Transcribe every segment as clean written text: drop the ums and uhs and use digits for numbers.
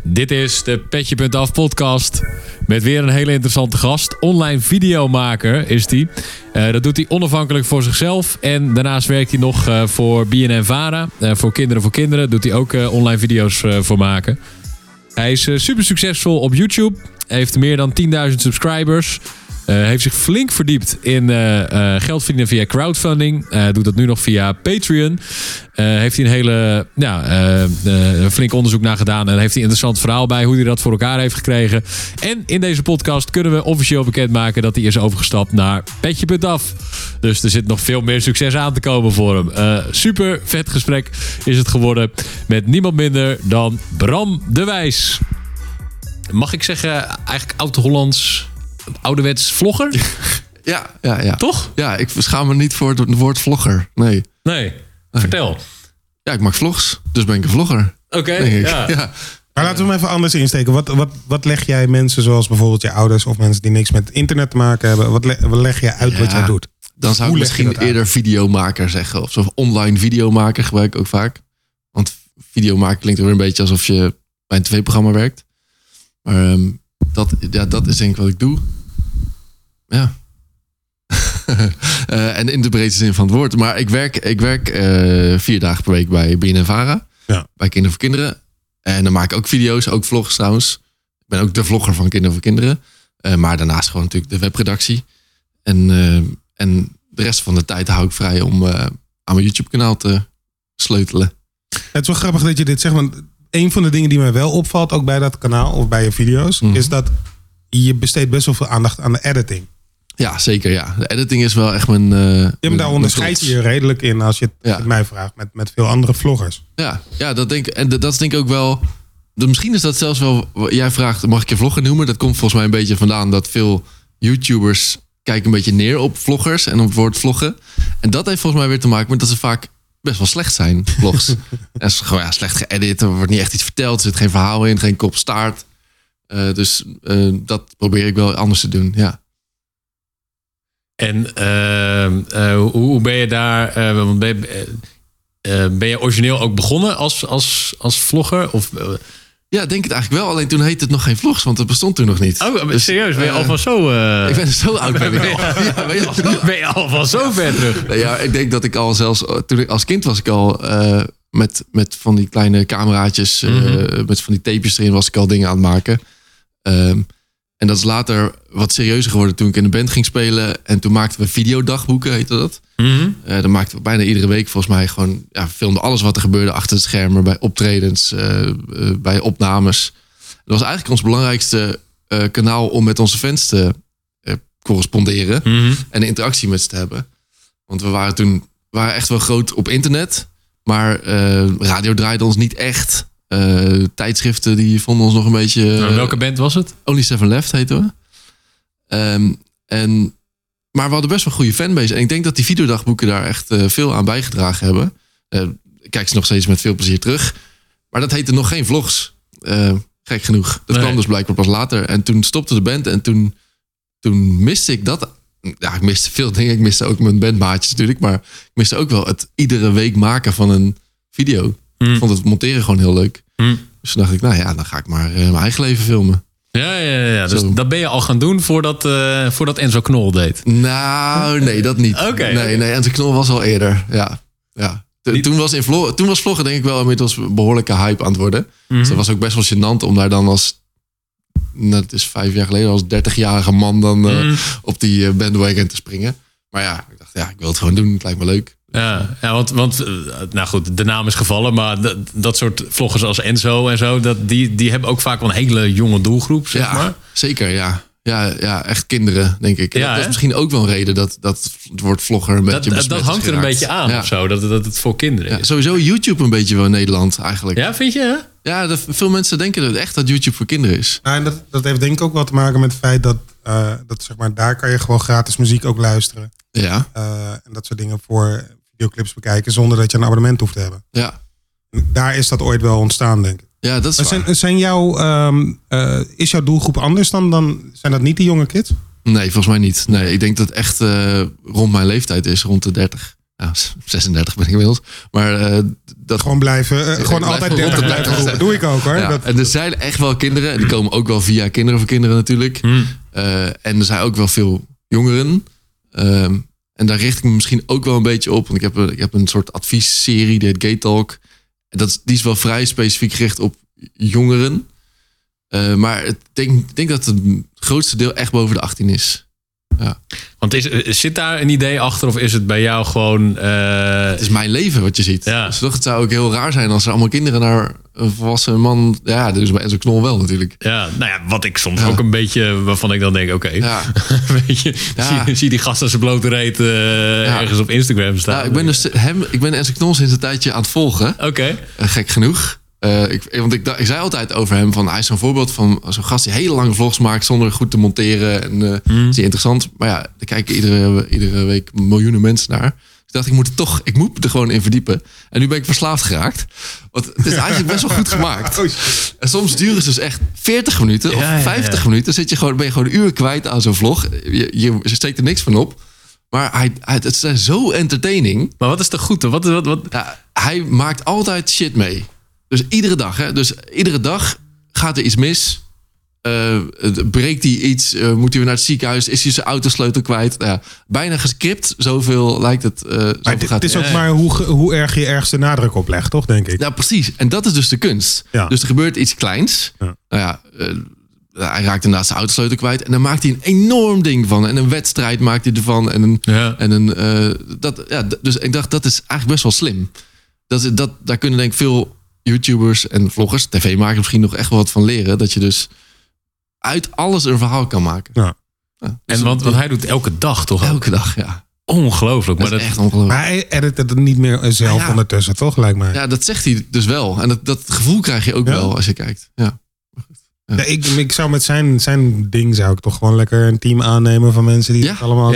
Dit is de Petje.af podcast met weer een hele interessante gast. Online videomaker is hij. Dat doet hij onafhankelijk voor zichzelf. En daarnaast werkt hij nog voor BNNVARA. Voor kinderen doet hij ook online video's voor maken. Hij is super succesvol op YouTube. Hij heeft meer dan 10.000 subscribers. Heeft zich flink verdiept in geld verdienen via crowdfunding. Doet dat nu nog via Patreon. Heeft hij een hele flink onderzoek naar gedaan. En heeft hij een interessant verhaal bij hoe hij dat voor elkaar heeft gekregen. En in deze podcast kunnen we officieel bekendmaken dat hij is overgestapt naar Petje.af. Dus er zit nog veel meer succes aan te komen voor hem. Super vet gesprek is het geworden met niemand minder dan Bram de Wijs. Mag ik zeggen, eigenlijk oud-Hollands... ouderwets vlogger? Ja. Toch? Ja, ik schaam me niet voor het woord vlogger. Nee. Vertel. Ja, ik maak vlogs, dus ben ik een vlogger. Oké. Ja. Maar laten we hem even anders insteken. Wat leg jij mensen zoals bijvoorbeeld je ouders of mensen die niks met internet te maken hebben, wat leg jij uit wat jij doet? Dan zou ik misschien eerder videomaker zeggen. Of zo online videomaker gebruik ik ook vaak. Want videomaker klinkt weer een beetje alsof je bij een tv-programma werkt. Maar dat is denk ik wat ik doe. Ja. En in de breedste zin van het woord. Maar ik werk 4 dagen per week bij BNNVARA. Ja. Bij Kinderen voor Kinderen. En dan maak ik ook video's, ook vlogs trouwens. Ik ben ook de vlogger van Kinderen voor Kinderen. Maar daarnaast gewoon natuurlijk de webredactie. En de rest van de tijd hou ik vrij om aan mijn YouTube kanaal te sleutelen. Het is wel grappig dat je dit zegt, want een van de dingen die mij wel opvalt, ook bij dat kanaal of bij je video's, is dat je besteedt best wel veel aandacht aan de editing. Ja, zeker. Ja. De editing is wel echt mijn... maar daar onderscheid je redelijk in als je het mij vraagt met veel andere vloggers. Ja, dat denk ik. En dat is denk ik ook wel... Misschien is dat zelfs wel... Jij vraagt, mag ik je vlogger noemen? Dat komt volgens mij een beetje vandaan dat veel YouTubers kijken een beetje neer op vloggers en op het woord vloggen. En dat heeft volgens mij weer te maken met dat ze vaak best wel slecht zijn, vlogs. En gewoon slecht geëdit, er wordt niet echt iets verteld, er zit geen verhaal in, geen kop staart. Dus dat probeer ik wel anders te doen, ja. En hoe ben je daar... ben je origineel ook begonnen als vlogger? Of... Ja, denk het eigenlijk wel. Alleen toen heette het nog geen vlogs, want het bestond toen nog niet. Oh, dus, serieus? Ben je al van zo... Ik ben zo oud. Ben je al van zo ver terug? Ja, ik denk dat ik al zelfs... Toen ik als kind was ik al met van die kleine cameraatjes... met van die tapejes erin was ik al dingen aan het maken. En dat is later wat serieuzer geworden toen ik in de band ging spelen. En toen maakten we videodagboeken, heette dat. Dan maakten we bijna iedere week volgens mij gewoon... Ja, we filmden alles wat er gebeurde achter het schermen. Bij optredens, bij opnames. Dat was eigenlijk ons belangrijkste kanaal om met onze fans te corresponderen. En interactie met ze te hebben. Want we waren echt wel groot op internet. Maar radio draaide ons niet echt... tijdschriften die vonden ons nog een beetje... welke band was het? Only 7 Left heette we. Maar we hadden best wel een goede fanbase. En ik denk dat die videodagboeken daar echt veel aan bijgedragen hebben. Ik kijk ze nog steeds met veel plezier terug. Maar dat heette nog geen vlogs. Gek genoeg. Dat kwam dus blijkbaar pas later. En toen stopte de band. En toen miste ik dat. Ja, ik miste veel dingen. Ik miste ook mijn bandmaatjes natuurlijk. Maar ik miste ook wel het iedere week maken van een video. Ik vond het monteren gewoon heel leuk. Dus toen dacht ik, dan ga ik maar mijn eigen leven filmen. Ja. Dus dat ben je al gaan doen voordat Enzo Knol deed? Nou, nee, dat niet. Nee, Enzo Knol was al eerder. Ja. Toen was vloggen denk ik wel inmiddels een behoorlijke hype aan het worden. Dus dat was ook best wel gênant om daar dan als... het is 5 jaar geleden, als 30-jarige man dan op die bandwagon te springen. Maar ja, ik dacht, ik wil het gewoon doen. Het lijkt me leuk. Ja, want nou goed, de naam is gevallen, maar dat soort vloggers als Enzo en zo, die hebben ook vaak wel een hele jonge doelgroep, zeg maar. Zeker, ja. Ja, echt kinderen, denk ik. Ja, dat is misschien ook wel een reden dat het woord vlogger een beetje besmet is dat hangt er een beetje aan of zo, dat het voor kinderen is. Sowieso YouTube een beetje wel in Nederland eigenlijk. Ja, vind je? Hè? Ja, veel mensen denken echt dat YouTube voor kinderen is. Nou, en dat heeft denk ik ook wel te maken met het feit dat zeg maar, daar kan je gewoon gratis muziek ook luisteren. Ja. En dat soort dingen voor videoclips bekijken zonder dat je een abonnement hoeft te hebben. Ja. Daar is dat ooit wel ontstaan, denk ik. Ja, dat is waar. Is jouw doelgroep anders dan... Zijn dat niet die jonge kids? Nee, volgens mij niet. Nee, ik denk dat het echt rond mijn leeftijd is, rond de 30. Ja, 36 ben ik inmiddels. Maar dat gewoon blijven. Gewoon altijd 30 blijven roepen. Doe ik ook hoor. Ja, en er zijn echt wel kinderen. En die komen ook wel via Kinderen voor Kinderen natuurlijk. En er zijn ook wel veel jongeren. En daar richt ik me misschien ook wel een beetje op. Want ik heb een soort adviesserie, die heet Gay Talk. Die is wel vrij specifiek gericht op jongeren. Maar ik denk dat het grootste deel echt boven de 18 is. Ja. Want zit daar een idee achter of is het bij jou gewoon... Het is mijn leven wat je ziet. Ja. Dus toch, het zou ook heel raar zijn als er allemaal kinderen naar een volwassen man... Ja, dus bij Enzo Knol wel natuurlijk. Ja, nou ja, wat ik soms ook een beetje... waarvan ik dan denk, oké. Weet je, zie die gast aan zijn blote reet ergens op Instagram staan. Ja, ik ben Enzo Knol sinds een tijdje aan het volgen. Oké. Gek genoeg. Want ik zei altijd over hem van hij is zo'n voorbeeld van zo'n gast die hele lange vlogs maakt zonder goed te monteren en is die interessant. Maar ja, daar kijken iedere week miljoenen mensen naar. Dus ik dacht, ik moet er gewoon in verdiepen. En nu ben ik verslaafd geraakt. Want het is eigenlijk best wel goed gemaakt. En soms duren ze dus echt 40 minuten of 50 minuten. Ben je gewoon een uur kwijt aan zo'n vlog. Je steekt er niks van op. Maar het is zo entertaining. Maar wat is de goede? Wat? Ja, hij maakt altijd shit mee. Dus iedere dag. Hè? Dus iedere dag gaat er iets mis. Breekt hij iets? Moet hij weer naar het ziekenhuis? Is hij zijn autosleutel kwijt? Bijna gescript. Zoveel lijkt het. Het is ook maar hoe erg je ergens de nadruk op legt, toch, denk ik? Ja, precies. En dat is dus de kunst. Ja. Dus er gebeurt iets kleins. Ja. Nou ja, hij raakt inderdaad zijn autosleutel kwijt. En dan maakt hij een enorm ding van. En een wedstrijd maakt hij ervan. Dus ik dacht, dat is eigenlijk best wel slim. Daar kunnen denk ik veel YouTubers en vloggers, tv-makers misschien nog echt wel wat van leren. Dat je dus uit alles een verhaal kan maken. Ja. Dus en want hij doet elke dag toch? Elke dag, ja. Ongelooflijk. Dat is echt ongelooflijk. Maar hij edit het niet meer zelf ondertussen, toch? Lijkt mij. Ja, dat zegt hij dus wel. En dat gevoel krijg je ook wel als je kijkt. Ja. Ja, ik zou met zijn ding zou ik toch gewoon lekker een team aannemen van mensen die het allemaal...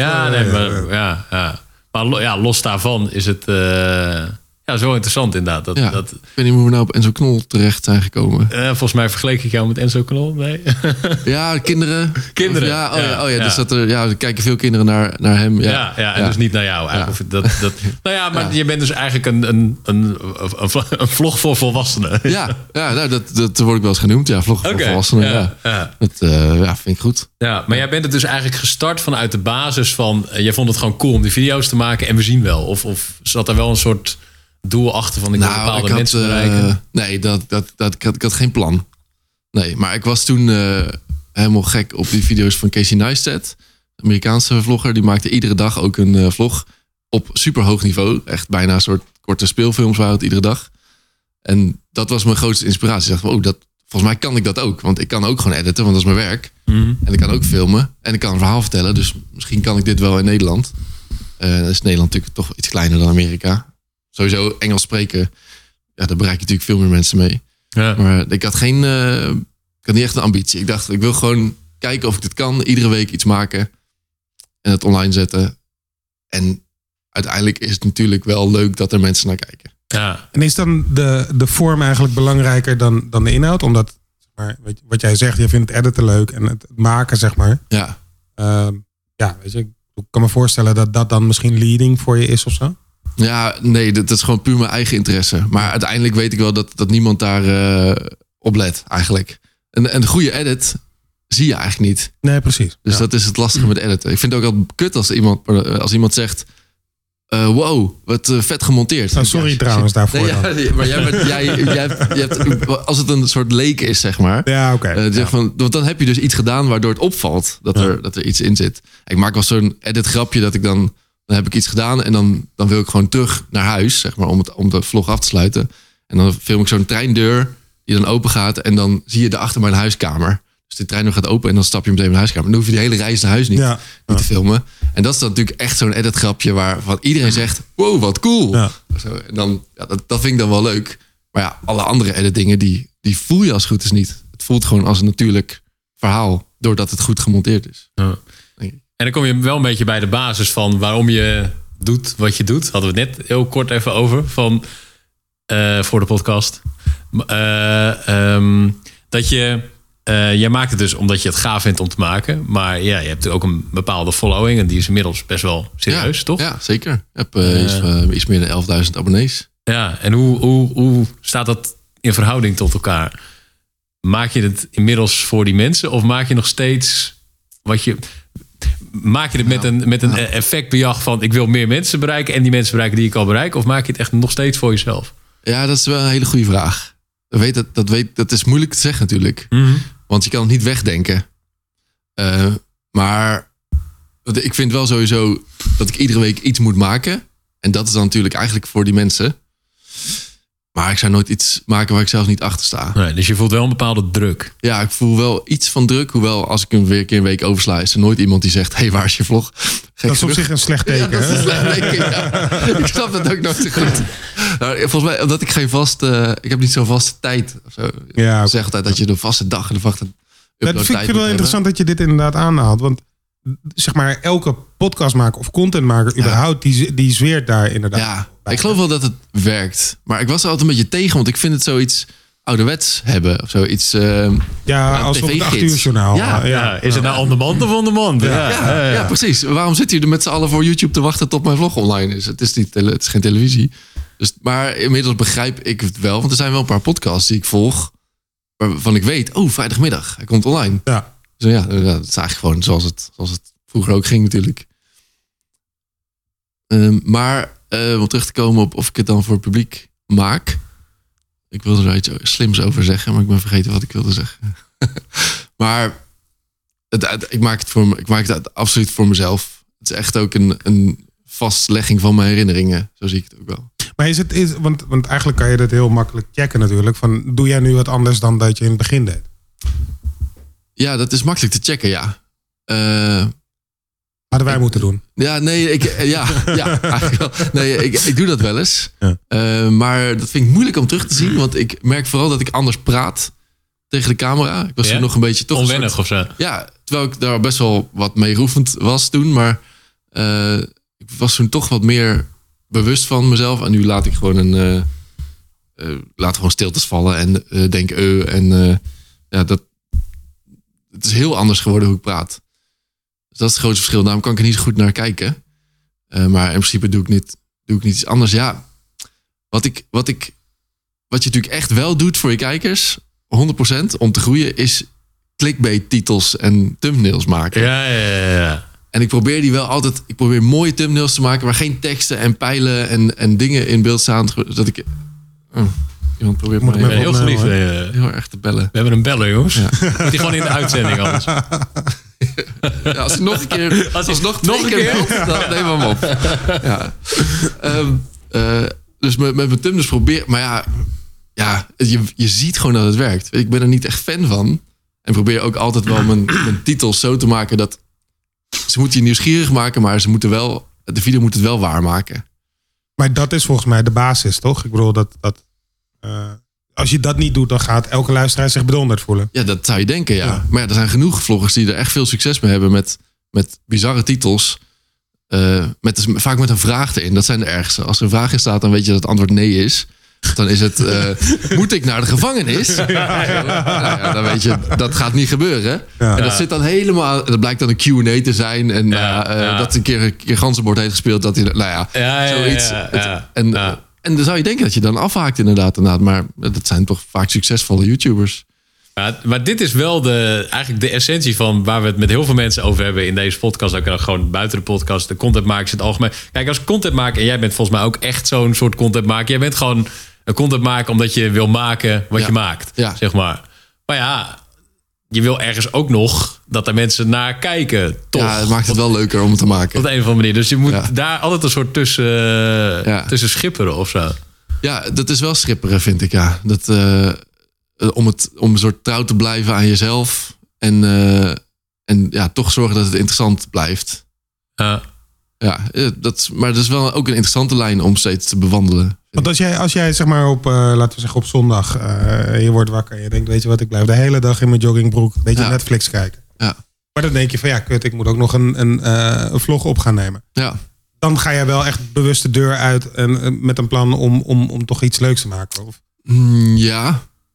Maar los daarvan is het... Ja, zo interessant inderdaad. Ik weet niet hoe we nou op Enzo Knol terecht zijn gekomen. Volgens mij vergeleek ik jou met Enzo Knol. Nee. Ja, kinderen. Kinderen. Dus er kijken veel kinderen naar hem. En dus niet naar jou. Maar je bent dus eigenlijk een vlog voor volwassenen. Dat word ik wel eens genoemd. Ja, vlog voor volwassenen. Dat vind ik goed. Ja, maar jij bent het dus eigenlijk gestart vanuit de basis van... Je vond het gewoon cool om die video's te maken en we zien wel. Of zat er wel een soort... doel achter van bepaalde mensen bereiken? Nee, ik had geen plan. Nee, maar ik was toen helemaal gek op die video's van Casey Neistat. Amerikaanse vlogger. Die maakte iedere dag ook een vlog op super hoog niveau. Echt bijna een soort korte speelfilms waren het iedere dag. En dat was mijn grootste inspiratie. Ik dacht, volgens mij kan ik dat ook. Want ik kan ook gewoon editen, want dat is mijn werk. Mm-hmm. En ik kan ook filmen. En ik kan een verhaal vertellen. Dus misschien kan ik dit wel in Nederland. Dan is Nederland natuurlijk toch iets kleiner dan Amerika. Sowieso Engels spreken, daar bereik je natuurlijk veel meer mensen mee. Ja. Maar ik had niet echt een ambitie. Ik dacht, ik wil gewoon kijken of ik dit kan. Iedere week iets maken en het online zetten. En uiteindelijk is het natuurlijk wel leuk dat er mensen naar kijken. Ja. En is dan de vorm eigenlijk belangrijker dan de inhoud? Omdat, wat jij zegt, je vindt het editen leuk en het maken, zeg maar. Ja. Weet je, ik kan me voorstellen dat dan misschien leading voor je is of zo. Ja, nee, dat is gewoon puur mijn eigen interesse. Maar uiteindelijk weet ik wel dat niemand daar op let, eigenlijk. En de goede edit zie je eigenlijk niet. Nee, precies. Dus dat is het lastige met editen. Ik vind het ook al kut als iemand zegt... wow, wat vet gemonteerd. Oh, sorry trouwens daarvoor. Nee, maar jij hebt, als het een soort leek is, zeg maar. Ja, oké. Want dan heb je dus iets gedaan waardoor het opvalt dat er iets in zit. Ik maak wel zo'n edit grapje dat ik dan heb ik iets gedaan en dan wil ik gewoon terug naar huis, zeg maar, om de vlog af te sluiten. En dan film ik zo'n treindeur die dan open gaat en dan zie je daarachter mijn huiskamer. Dus de trein gaat open en dan stap je meteen in de huiskamer. Dan hoef je die hele reis naar huis niet te filmen. En dat is dan natuurlijk echt zo'n edit grapje waarvan iedereen zegt, wow, wat cool. Ja. Zo, en dan, dat vind ik dan wel leuk. Maar ja, alle andere editdingen die voel je als het goed is niet. Het voelt gewoon als een natuurlijk verhaal, doordat het goed gemonteerd is. Ja. En dan kom je wel een beetje bij de basis van waarom je doet wat je doet. Hadden we het net heel kort even over voor de podcast. Dat je Jij maakt het dus omdat je het gaaf vindt om te maken. Maar ja, je hebt ook een bepaalde following. En die is inmiddels best wel serieus, toch? Ja, zeker. Ik heb iets meer dan 11.000 abonnees. Ja, en hoe staat dat in verhouding tot elkaar? Maak je het inmiddels voor die mensen? Of maak je nog steeds maak je het met een effectbejag van... ik wil meer mensen bereiken en die mensen bereiken die ik al bereik? Of maak je het echt nog steeds voor jezelf? Ja, dat is wel een hele goede vraag. Dat is moeilijk te zeggen natuurlijk. Mm-hmm. Want je kan het niet wegdenken. Maar ik vind wel sowieso dat ik iedere week iets moet maken. En dat is dan natuurlijk eigenlijk voor die mensen. Maar ik zou nooit iets maken waar ik zelf niet achter sta. Nee, dus je voelt wel een bepaalde druk. Ja, ik voel wel iets van druk. Hoewel, als ik hem weer een keer een week oversla... is er nooit iemand die zegt... hey, waar is je vlog? Dat is op zich een slecht teken. Ja, dat is een slecht teken, ja. Ik snap dat ook nooit zo goed. Nou, volgens mij, omdat ik geen vaste... ik heb niet zo'n vaste tijd. Of zo. Ja, ik zeg altijd dat je de vaste dag en de vaste upload tijd. Ik vind het wel interessant dat je dit inderdaad aanhaalt. Want zeg maar, elke podcastmaker of contentmaker überhaupt... die zweert daar inderdaad. Ja, ik geloof wel dat het werkt. Maar ik was er altijd een beetje tegen, want ik vind het zoiets ouderwets hebben. Of zoiets. Alsof het 8 uur journaal. Ja. Is het nou on demand of on demand? Ja, precies. Waarom zitten jullie er met z'n allen voor YouTube te wachten tot mijn vlog online is? Het is geen televisie. Dus, maar inmiddels begrijp ik het wel. Want er zijn wel een paar podcasts die ik volg. Waarvan ik weet, vrijdagmiddag, hij komt online. Ja. Dus ja, dat is eigenlijk gewoon zoals het vroeger ook ging natuurlijk. Maar om terug te komen op of ik het dan voor het publiek maak. Ik wilde er iets slims over zeggen, maar ik ben vergeten wat ik wilde zeggen. Maar ik maak het absoluut voor mezelf. Het is echt ook een vastlegging van mijn herinneringen. Zo zie ik het ook wel. Maar want eigenlijk kan je dat heel makkelijk checken natuurlijk. Van, doe jij nu wat anders dan dat je in het begin deed? Ja, dat is makkelijk te checken, ja. Hadden wij moeten doen. Ja, nee, eigenlijk wel. Nee, ik doe dat wel eens. Ja. Maar dat vind ik moeilijk om terug te zien. Want ik merk vooral dat ik anders praat tegen de camera. Ik was toen nog een beetje toch onwennig of zo. Ja, terwijl ik daar best wel wat mee roefend was toen. Maar ik was toen toch wat meer bewust van mezelf. En nu laat ik gewoon laat gewoon stiltes vallen. En denk het is heel anders geworden hoe ik praat. Dus dat is het grootste verschil. Daarom kan ik er niet zo goed naar kijken. Maar in principe doe ik niet iets anders. Ja, wat je natuurlijk echt wel doet voor je kijkers, 100% om te groeien, is clickbait titels en thumbnails maken. Ja. En ik probeer die wel altijd. Ik probeer mooie thumbnails te maken waar geen teksten en pijlen en dingen in beeld staan. Dat ik. Iemand probeert mij heel geliefd. Heel erg te bellen. We hebben een beller, jongens. Ja. Moet hij gewoon in de uitzending anders. Ja, als hij nog een keer. Als hij nog een keer belt, dan nemen we hem op. Ja. Dus met mijn thumbnails probeer. Maar ja, je ziet gewoon dat het werkt. Ik ben er niet echt fan van. En probeer ook altijd wel mijn titels zo te maken dat ze moeten je nieuwsgierig maken, maar de video moet het wel waarmaken. Maar dat is volgens mij de basis, toch? Ik bedoel dat als je dat niet doet, dan gaat elke luisteraar zich bedonderd voelen. Ja, dat zou je denken, ja. Maar er zijn genoeg vloggers die er echt veel succes mee hebben met bizarre titels. Vaak met een vraag erin. Dat zijn de ergste. Als er een vraag in staat, dan weet je dat het antwoord nee is. Dan is het, moet ik naar de gevangenis? Dan weet je, dat gaat niet gebeuren. Ja. En dat zit dan helemaal, dat blijkt dan een Q&A te zijn. En dat een keer Ganzenbord heeft gespeeld. Dat hij, zoiets. En dan zou je denken dat je dan afhaakt inderdaad. Maar dat zijn toch vaak succesvolle YouTubers. Maar dit is wel eigenlijk de essentie van waar we het met heel veel mensen over hebben in deze podcast. Ook gewoon buiten de podcast, de contentmakers in het algemeen. Kijk, als contentmaker, en jij bent volgens mij ook echt zo'n soort contentmaker. Jij bent gewoon een contentmaker omdat je wil maken wat je maakt, zeg maar. Maar ja, je wil ergens ook nog dat er mensen naar kijken, toch? Ja, het maakt het wel leuker om het te maken. Op de een of andere manier. Dus je moet daar altijd een soort tussen schipperen of zo. Ja, dat is wel schipperen, vind ik, ja. Dat... om een soort trouw te blijven aan jezelf. En toch zorgen dat het interessant blijft. Maar dat is wel ook een interessante lijn om steeds te bewandelen. Want als jij zeg maar laten we zeggen op zondag, je wordt wakker en je denkt, weet je wat, ik blijf de hele dag in mijn joggingbroek een beetje Netflix kijken. Ja. Maar dan denk je van ik moet ook nog een vlog op gaan nemen. Ja. Dan ga je wel echt bewust de deur uit en met een plan om toch iets leuks te maken. Of? Ja.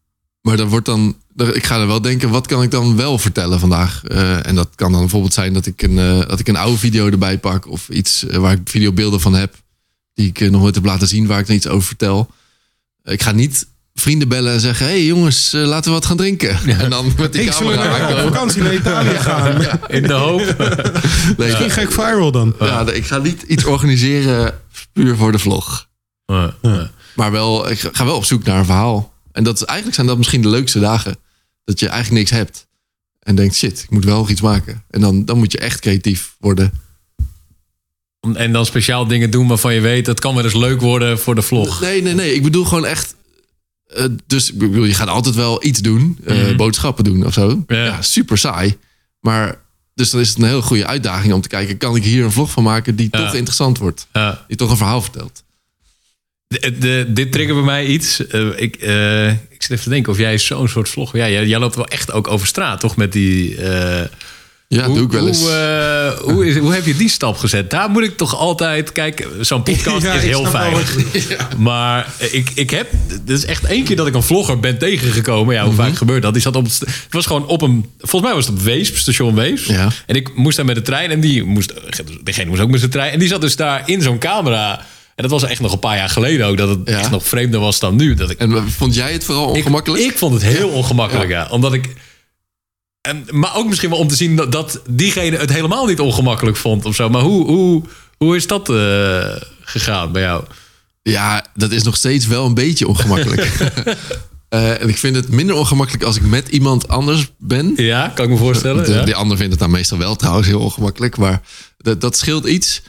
Maar dan wordt dan... Ik ga er wel denken, wat kan ik dan wel vertellen vandaag? En dat kan dan bijvoorbeeld zijn dat ik een oude video erbij pak. Of iets waar ik videobeelden van heb. Die ik nog nooit heb laten zien, waar ik er iets over vertel. Ik ga niet vrienden bellen en zeggen... hey jongens, laten we wat gaan drinken. Ja. En dan met die camera op vakantie naar Italië gaan. Ja, in de hoop. Misschien ga ik viral dan. Ja, ik ga niet iets organiseren puur voor de vlog. Maar wel, ik ga wel op zoek naar een verhaal. En eigenlijk zijn dat misschien de leukste dagen. Dat je eigenlijk niks hebt. En denkt, shit, ik moet wel nog iets maken. En dan moet je echt creatief worden. En dan speciaal dingen doen waarvan je weet... dat kan wel eens leuk worden voor de vlog. Nee. Ik bedoel gewoon echt... dus ik bedoel, je gaat altijd wel iets doen. Boodschappen doen of zo. Ja, super saai. Maar dus dan is het een heel goede uitdaging om te kijken... kan ik hier een vlog van maken die toch interessant wordt? Ja. Die toch een verhaal vertelt? Dit triggert bij mij iets. Ik zit even te denken of jij zo'n soort vlog... Ja, jij loopt wel echt ook over straat, toch? Met die... doe ik wel eens. Hoe heb je die stap gezet? Daar moet ik toch altijd... Kijk, zo'n podcast is heel fijn. Maar ik heb... Dit is echt 1 keer dat ik een vlogger ben tegengekomen. Ja, hoe vaak gebeurt dat? Die zat het was gewoon op een... Volgens mij was het op Weesp, station Weesp. Ja. En ik moest daar met de trein. En degene moest ook met zijn trein. En die zat dus daar in zo'n camera... En dat was echt nog een paar jaar geleden ook. Dat het echt nog vreemder was dan nu. En vond jij het vooral ongemakkelijk? Ik vond het heel ongemakkelijk, ja. Omdat ik... Maar ook misschien wel om te zien dat diegene het helemaal niet ongemakkelijk vond of zo. Maar hoe is dat gegaan bij jou? Ja, dat is nog steeds wel een beetje ongemakkelijk. En ik vind het minder ongemakkelijk als ik met iemand anders ben. Ja, kan ik me voorstellen. Die ander vindt het dan meestal wel trouwens heel ongemakkelijk. Maar dat scheelt iets.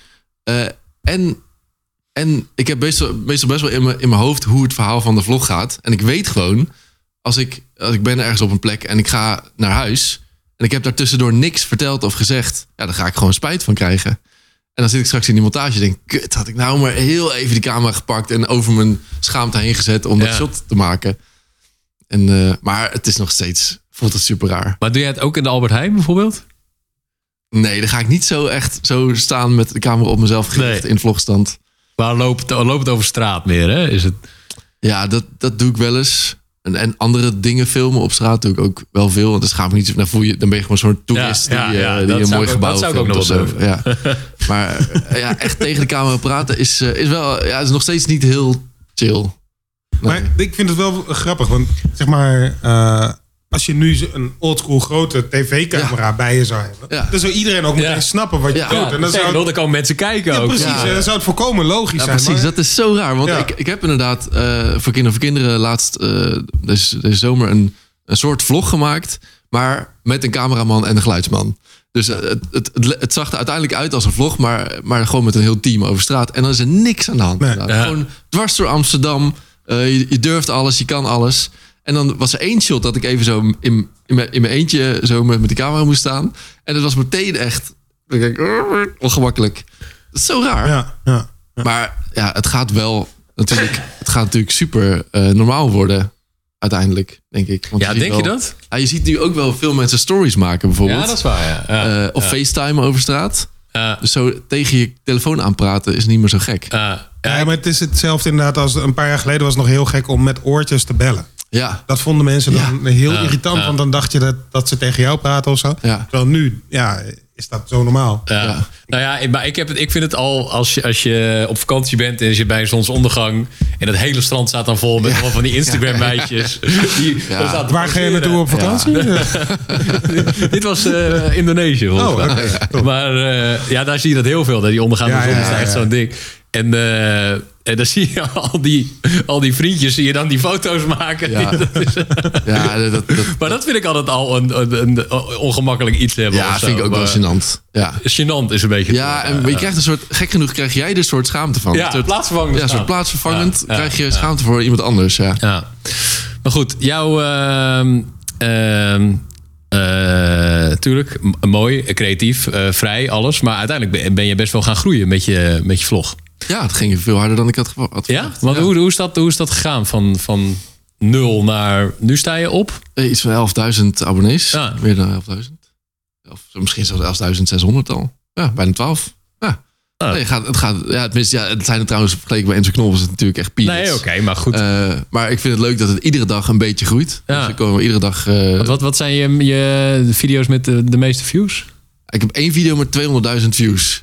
En ik heb meestal best wel in mijn hoofd hoe het verhaal van de vlog gaat. En ik weet gewoon, als ik ben ergens op een plek en ik ga naar huis... en ik heb daar tussendoor niks verteld of gezegd... ja, dan ga ik gewoon spijt van krijgen. En dan zit ik straks in die montage en denk... kut, had ik nou maar heel even die camera gepakt... en over mijn schaamte heen gezet om dat shot te maken. Maar het is nog steeds... voelt het super raar. Maar doe jij het ook in de Albert Heijn bijvoorbeeld? Nee, dan ga ik niet zo echt zo staan met de camera op mezelf gericht in vlogstand. Maar loopt het over straat meer, hè? Is het... Ja, dat doe ik wel eens. En andere dingen filmen op straat doe ik ook wel veel. Want dan schaam ik niet zo. Dan ben je gewoon zo'n toerist die een mooi gebouw filmt. Dat zou ik ook nog wel doen. Ja. Maar echt tegen de camera praten is wel... Ja, is nog steeds niet heel chill. Nee. Maar ik vind het wel grappig. Want zeg maar... als je nu een oldschool grote tv-camera bij je zou hebben... dan zou iedereen ook meteen snappen wat je doet. En dan komen mensen kijken ook. Precies, en dan zou het volkomen logisch zijn. Precies, dat is zo raar. Want ik heb inderdaad voor kinderen laatst... deze zomer een soort vlog gemaakt... maar met een cameraman en een geluidsman. Dus het zag er uiteindelijk uit als een vlog... maar gewoon met een heel team over straat. En dan is er niks aan de hand. Gewoon dwars door Amsterdam. Je durft alles, je kan alles... En dan was er 1 shot dat ik even zo in mijn eentje zo met de camera moest staan. En dat was meteen echt ongemakkelijk. Dat is zo raar. Ja. Maar ja, het gaat natuurlijk super normaal worden uiteindelijk, denk ik. Want je dat? Ja, je ziet nu ook wel veel mensen stories maken bijvoorbeeld. Ja, dat is waar, of FaceTime over straat. Dus zo tegen je telefoon aanpraten is niet meer zo gek. Ja, maar het is hetzelfde inderdaad als een paar jaar geleden was het nog heel gek om met oortjes te bellen. Ja. Dat vonden mensen dan heel irritant. Want dan dacht je dat ze tegen jou praten of zo. Ja. Terwijl nu is dat zo normaal. Ja. Nou ja, maar ik vind het al... Als je op vakantie bent en je zit bij een zonsondergang... en het hele strand staat dan vol met van die Instagram-meisjes. Waar ga je naartoe op vakantie? Ja. Dit was Indonesië. Maar daar zie je dat heel veel. Die ondergaande zon is echt zo'n ding. En dan zie je al die vriendjes, zie je dan die foto's maken. Ja. Maar dat vind ik altijd al een ongemakkelijk iets hebben. Ja, vind ik ook wel gênant. Ja. Gênant is een beetje... Ja, en je krijgt een soort... Gek genoeg krijg jij er een soort schaamte van. Ja, plaatsvervangend. Ja, soort plaatsvervangend krijg je schaamte voor iemand anders. Ja. Maar goed, jouw... tuurlijk, mooi, creatief, vrij, alles. Maar uiteindelijk ben je best wel gaan groeien met je vlog. Ja, het ging veel harder dan ik had verwacht. Ja? Want hoe is dat gegaan? Van 0 naar... Nu sta je op? Iets van 11.000 abonnees. Ja. Meer dan 11.000. Misschien zelfs 11.600 al. Ja, bijna 12. Ja. Oh. Nee, het zijn er trouwens vergeleken bij Enzo Knol is het natuurlijk echt peanuts. Nee, oké, maar goed. Maar ik vind het leuk dat het iedere dag een beetje groeit. Ja. Dus ik kom iedere dag... Wat zijn je video's met de meeste views? Ik heb 1 video met 200.000 views.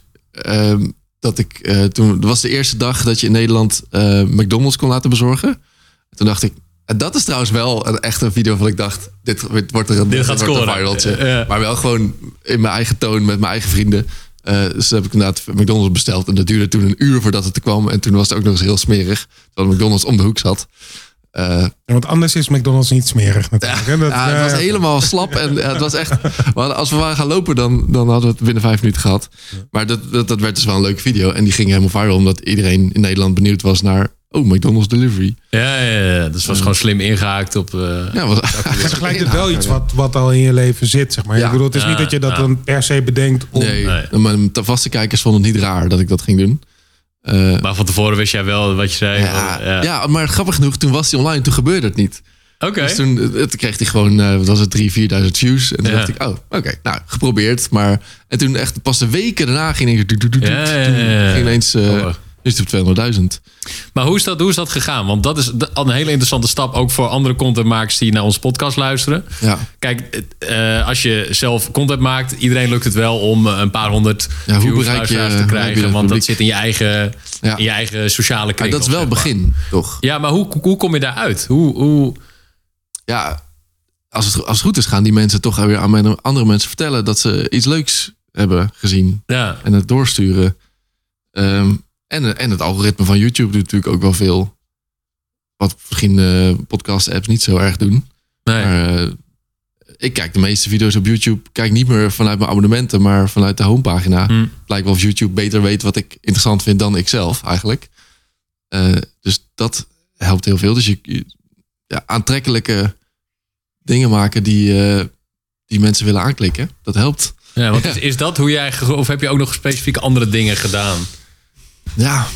Dat was de eerste dag dat je in Nederland McDonald's kon laten bezorgen. Toen dacht ik, dat is trouwens wel echt een video van ik dacht, dit gaat scoren. Een viraltje. Ja. Maar wel gewoon in mijn eigen toon met mijn eigen vrienden. Dus heb ik inderdaad McDonald's besteld. En dat duurde toen 1 uur voordat het er kwam. En toen was het ook nog eens heel smerig. Terwijl McDonald's om de hoek zat. Want anders is McDonald's niet smerig natuurlijk. Het was helemaal slap. En het was echt... Als we waren gaan lopen, dan hadden we het binnen 5 minuten gehad. Maar dat werd dus wel een leuke video. En die ging helemaal viral. Omdat iedereen in Nederland benieuwd was naar... McDonald's delivery. Ja. Dus was gewoon slim ingehaakt op... Tegelijkertijd wel iets wat al in je leven zit, zeg maar. Ja. Ik bedoel, het is niet dat je dat dan per se bedenkt om... Nee. Mijn vaste kijkers vonden het niet raar dat ik dat ging doen. Maar van tevoren wist jij wel wat je zei. Ja, maar grappig genoeg, toen was hij online, toen gebeurde het niet. Oké. Dus toen kreeg hij gewoon, wat was het, 3.000-4.000 views. En toen dacht ik, oké, geprobeerd. Maar, en toen echt pas de weken daarna ging ik... ging ineens... is het op 200.000. Maar hoe is dat gegaan? Want dat is een hele interessante stap ook voor andere contentmakers die naar onze podcast luisteren. Ja. Kijk, als je zelf content maakt, iedereen lukt het wel om een paar honderd views te krijgen. Want dat zit in je eigen sociale kring. Maar dat is wel het begin, toch? Ja, maar hoe kom je daaruit? Ja, als het goed is, gaan die mensen toch weer aan andere mensen vertellen dat ze iets leuks hebben gezien. Ja. En het doorsturen. En het algoritme van YouTube doet natuurlijk ook wel veel. Wat misschien podcast-apps niet zo erg doen. Nee. Maar ik kijk de meeste video's op YouTube. Kijk niet meer vanuit mijn abonnementen, maar vanuit de homepagina. Het lijkt wel of YouTube beter weet wat ik interessant vind dan ik zelf eigenlijk. Dus dat helpt heel veel. Dus je aantrekkelijke dingen maken die mensen willen aanklikken. Dat helpt. Ja, want is dat hoe jij... Of heb je ook nog specifieke andere dingen gedaan? Ja,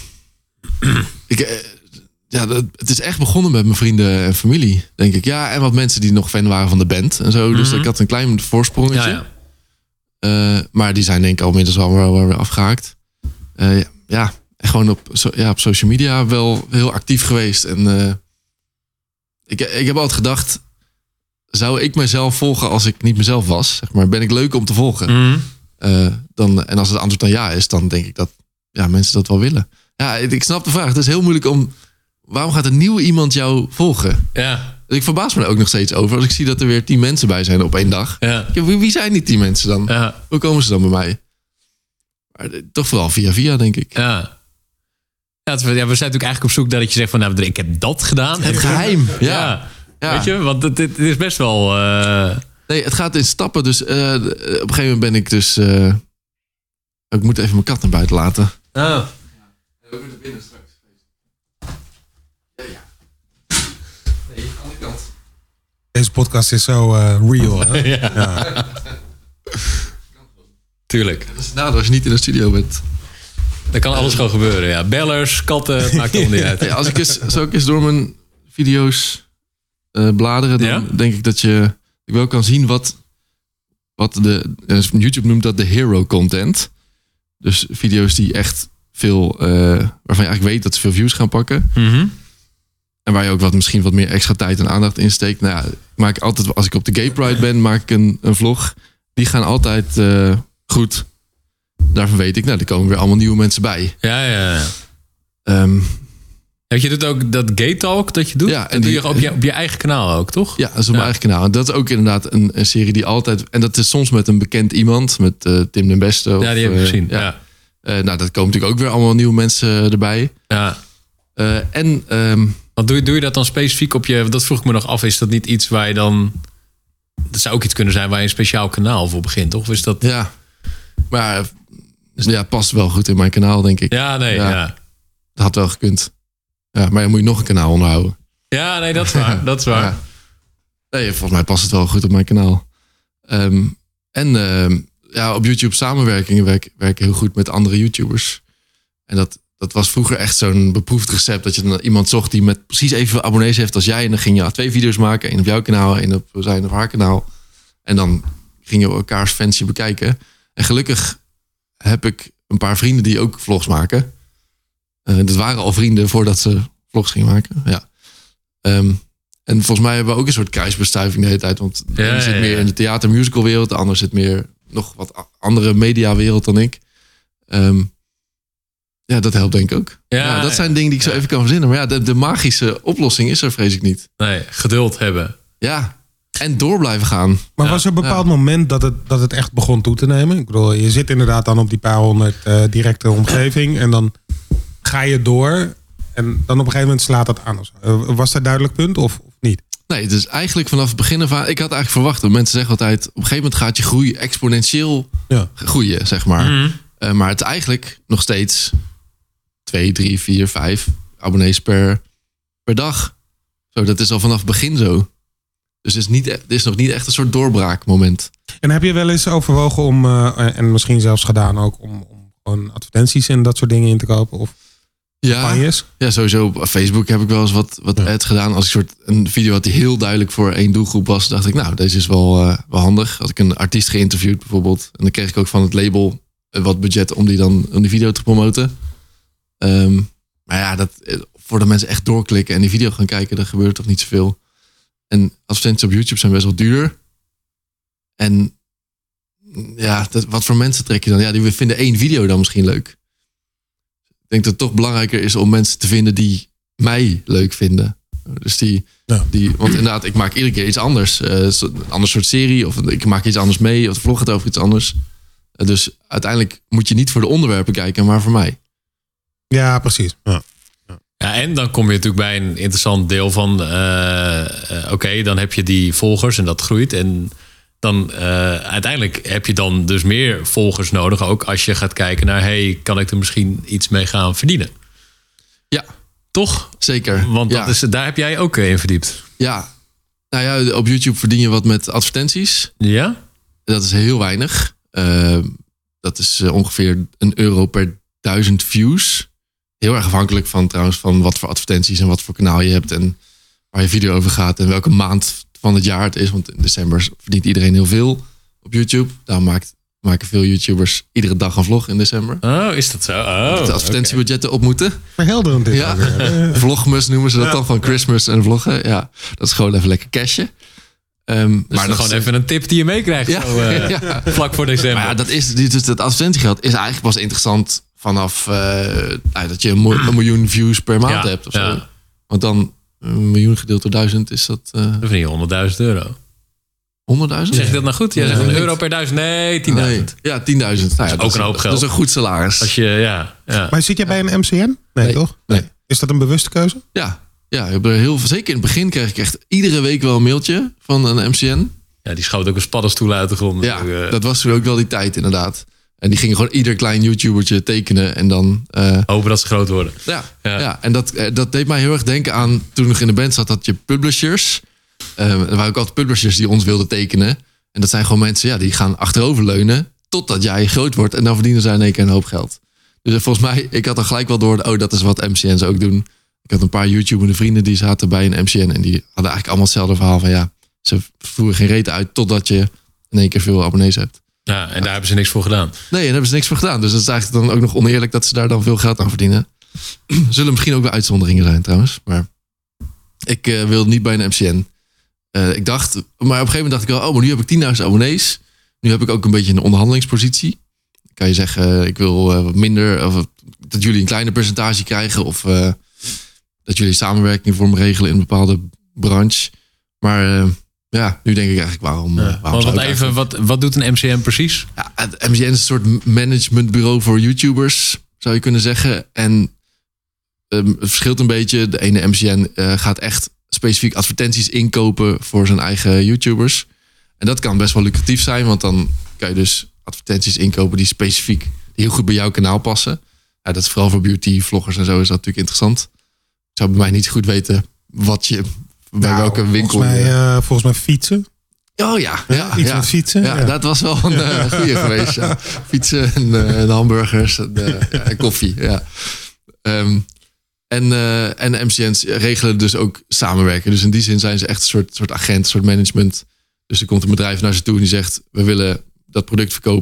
het is echt begonnen met mijn vrienden en familie, denk ik. Ja, en wat mensen die nog fan waren van de band en zo. Dus ik had een klein voorsprongetje. Ja. Maar die zijn denk ik al inmiddels wel weer afgehaakt. En gewoon op social media wel heel actief geweest. En ik heb altijd gedacht, zou ik mezelf volgen als ik niet mezelf was? Zeg maar, ben ik leuk om te volgen? En als het antwoord dan ja is, dan denk ik dat mensen dat wel willen. Ja, ik snap de vraag. Het is heel moeilijk waarom gaat een nieuwe iemand jou volgen? Ja. Ik verbaas me er ook nog steeds over. Als ik zie dat er weer 10 mensen bij zijn op 1 dag. Ja. Wie zijn die 10 mensen dan? Ja. Hoe komen ze dan bij mij? Maar toch vooral via, denk ik. Ja. We zijn natuurlijk eigenlijk op zoek naar dat je zegt van... ik heb dat gedaan. Het geheim. Ja. Weet je? Want het is best wel... Nee, het gaat in stappen. Dus op een gegeven moment ben ik dus... ik moet even mijn kat naar buiten laten. Oh. We moeten binnen straks. Ja. Nee, andere kant. Deze podcast is zo real, hè? Ja. Tuurlijk. Dat is het nadeel als je niet in de studio bent. Dan kan alles gewoon gebeuren, ja. Bellers, katten, het maakt allemaal niet uit. Ja, zou ik eens door mijn video's bladeren, dan denk ik dat je wel kan zien wat YouTube noemt dat de hero content. Dus video's die echt veel, waarvan je eigenlijk weet dat ze veel views gaan pakken. Mm-hmm. En waar je ook misschien wat meer extra tijd en aandacht in steekt. Nou ja, ik maak altijd, als ik op de Gay Pride ben, maak ik een vlog. Die gaan altijd goed. Daarvan weet ik, er komen weer allemaal nieuwe mensen bij. Ja. Je doet ook dat Gay Talk dat je doet. Ja, en dat doe je op je eigen kanaal ook, toch? Ja, dat is op mijn eigen kanaal. En dat is ook inderdaad een serie die altijd... En dat is soms met een bekend iemand. Met Tim den Beste. Ja, die heb ik gezien. Ja. Dat komen natuurlijk ook weer allemaal nieuwe mensen erbij. Ja. Want doe je dat dan specifiek op je... Dat vroeg ik me nog af. Is dat niet iets waar je dan... Dat zou ook iets kunnen zijn waar je een speciaal kanaal voor begint, toch? Of is dat... Ja. Maar het past wel goed in mijn kanaal, denk ik. Ja, nee. Ja. Dat had wel gekund. Ja, maar dan moet je nog een kanaal onderhouden. Ja, nee, dat is waar. Dat is waar. Ja. Nee, volgens mij past het wel goed op mijn kanaal. Op YouTube samenwerkingen werken heel goed met andere YouTubers. En dat was vroeger echt zo'n beproefd recept. Dat je dan iemand zocht die met precies evenveel abonnees heeft als jij. En dan ging je 2 video's maken. 1 op jouw kanaal, 1 op zijn of haar kanaal. En dan ging je elkaars fancy bekijken. En gelukkig heb ik een paar vrienden die ook vlogs maken. Dat waren al vrienden voordat ze vlogs gingen maken. Ja. En volgens mij hebben we ook een soort kruisbestuiving de hele tijd. Want de ene zit meer in de theater-musicalwereld. De ander zit meer nog wat andere mediawereld dan ik. Dat helpt denk ik ook. Ja, dat zijn dingen die ik zo even kan verzinnen. Maar ja, de magische oplossing is er vrees ik niet. Nee, geduld hebben. Ja, en door blijven gaan. Maar was er een bepaald moment dat het echt begon toe te nemen? Ik bedoel, je zit inderdaad dan op die paar honderd directe omgeving. En dan ga je door. En dan op een gegeven moment slaat dat aan. Of zo. Was dat duidelijk punt of niet? Nee, dus eigenlijk vanaf het begin af aan... Ik had eigenlijk verwacht, dat mensen zeggen altijd... op een gegeven moment gaat je groei exponentieel groeien, zeg maar. Mm-hmm. Maar het is eigenlijk nog steeds 2, 3, 4, 5 abonnees per dag. Zo, dat is al vanaf het begin zo. Dus het is nog niet echt een soort doorbraakmoment. En heb je wel eens overwogen om... en misschien zelfs gedaan ook... om gewoon advertenties en dat soort dingen in te kopen? Of campagnes? Ja, sowieso op Facebook heb ik wel eens wat ads gedaan. Als ik een video had die heel duidelijk voor één doelgroep was... dacht ik, nou, deze is wel handig. Had ik een artiest geïnterviewd bijvoorbeeld... en dan kreeg ik ook van het label wat budget om die video te promoten. Maar ja, voordat mensen echt doorklikken en die video gaan kijken... dan gebeurt toch niet zoveel. En advertenties op YouTube zijn best wel duur. En ja, wat voor mensen trek je dan? Ja, die vinden 1 video dan misschien leuk. Ik denk dat het toch belangrijker is om mensen te vinden die mij leuk vinden. Dus want inderdaad, ik maak iedere keer iets anders. Een ander soort serie, of ik maak iets anders mee, of de vlog gaat over iets anders. Dus uiteindelijk moet je niet voor de onderwerpen kijken, maar voor mij. Ja, precies. Ja, en dan kom je natuurlijk bij een interessant deel van... dan heb je die volgers en dat groeit. En dan uiteindelijk heb je dan dus meer volgers nodig. Ook als je gaat kijken naar... kan ik er misschien iets mee gaan verdienen? Ja. Toch? Zeker. Want daar heb jij ook in verdiept. Ja. Nou ja, op YouTube verdien je wat met advertenties. Ja? Dat is heel weinig. Dat is ongeveer €1 per 1000 views. Heel erg afhankelijk van wat voor advertenties en wat voor kanaal je hebt en waar je video over gaat en welke maand van het jaar het is. Want in december verdient iedereen heel veel op YouTube. Daar maken veel YouTubers iedere dag een vlog in december. Oh, is dat zo? Oh, de advertentiebudgetten op moeten. Verhelderend dit. Ja. Vlogmas noemen ze dat dan, van Christmas en vloggen. Ja, dat is gewoon even lekker cashen. Maar dat gewoon even een tip die je meekrijgt vlak voor december. Maar ja, dat advertentiegeld is eigenlijk pas interessant vanaf dat je een miljoen views per maand hebt. Of zo. Want dan 1 miljoen gedeeld door 1000 is dat... Dat vind je €100.000. 100.000? Zeg je dat nou goed? Jij zegt €1 per 1000. Nee, 10.000. Nee. Ja, 10.000. Nou ja, dat is ook een hoop geld. Dat is een goed salaris. Als je, Maar zit jij bij een MCN? Nee, toch? Nee. Is dat een bewuste keuze? Ja, zeker in het begin kreeg ik echt iedere week wel een mailtje van een MCN. Ja, die schoot ook een paddenstoel uit de grond. Ja, dat was toen ook wel die tijd inderdaad. En die gingen gewoon ieder klein YouTubertje tekenen en dan... hopen dat ze groot worden. Ja. En dat deed mij heel erg denken aan... Toen ik nog in de band zat, had je publishers. Er waren ook altijd publishers die ons wilden tekenen. En dat zijn gewoon mensen die gaan achteroverleunen... totdat jij groot wordt en dan verdienen zij in één keer een hoop geld. Dus volgens mij, ik had dan gelijk wel door... dat is wat MCN's ook doen. Ik had een paar YouTubende vrienden die zaten bij een MCN... en die hadden eigenlijk allemaal hetzelfde verhaal van... ze voeren geen reet uit totdat je in één keer veel abonnees hebt. Ja, en daar hebben ze niks voor gedaan. Nee, daar hebben ze niks voor gedaan. Dus dat is eigenlijk dan ook nog oneerlijk dat ze daar dan veel geld aan verdienen. Zullen misschien ook wel uitzonderingen zijn trouwens. Maar ik wilde niet bij een MCN. Ik dacht, maar op een gegeven moment dacht ik wel... maar nu heb ik 10.000 abonnees. Nu heb ik ook een beetje een onderhandelingspositie. Dan kan je zeggen, ik wil wat minder... of dat jullie een kleiner percentage krijgen... of dat jullie samenwerking voor me regelen in een bepaalde branche. Maar... nu denk ik eigenlijk waarom wat doet een MCN precies? Ja, het MCN is een soort managementbureau voor YouTubers, zou je kunnen zeggen. En het verschilt een beetje. De ene MCN gaat echt specifiek advertenties inkopen voor zijn eigen YouTubers. En dat kan best wel lucratief zijn, want dan kan je dus advertenties inkopen die die heel goed bij jouw kanaal passen. Ja, dat is vooral voor beauty, vloggers en zo is dat natuurlijk interessant. Ik zou bij mij niet goed weten bij welke winkel? Volgens mij fietsen. Oh ja. Iets met fietsen. Ja, dat was wel een goeie geweest. Ja. Fietsen en hamburgers en koffie. Ja. En de MCN's regelen dus ook samenwerken. Dus in die zin zijn ze echt een soort agent, een soort management. Dus er komt een bedrijf naar ze toe en die zegt... we willen dat product verkopen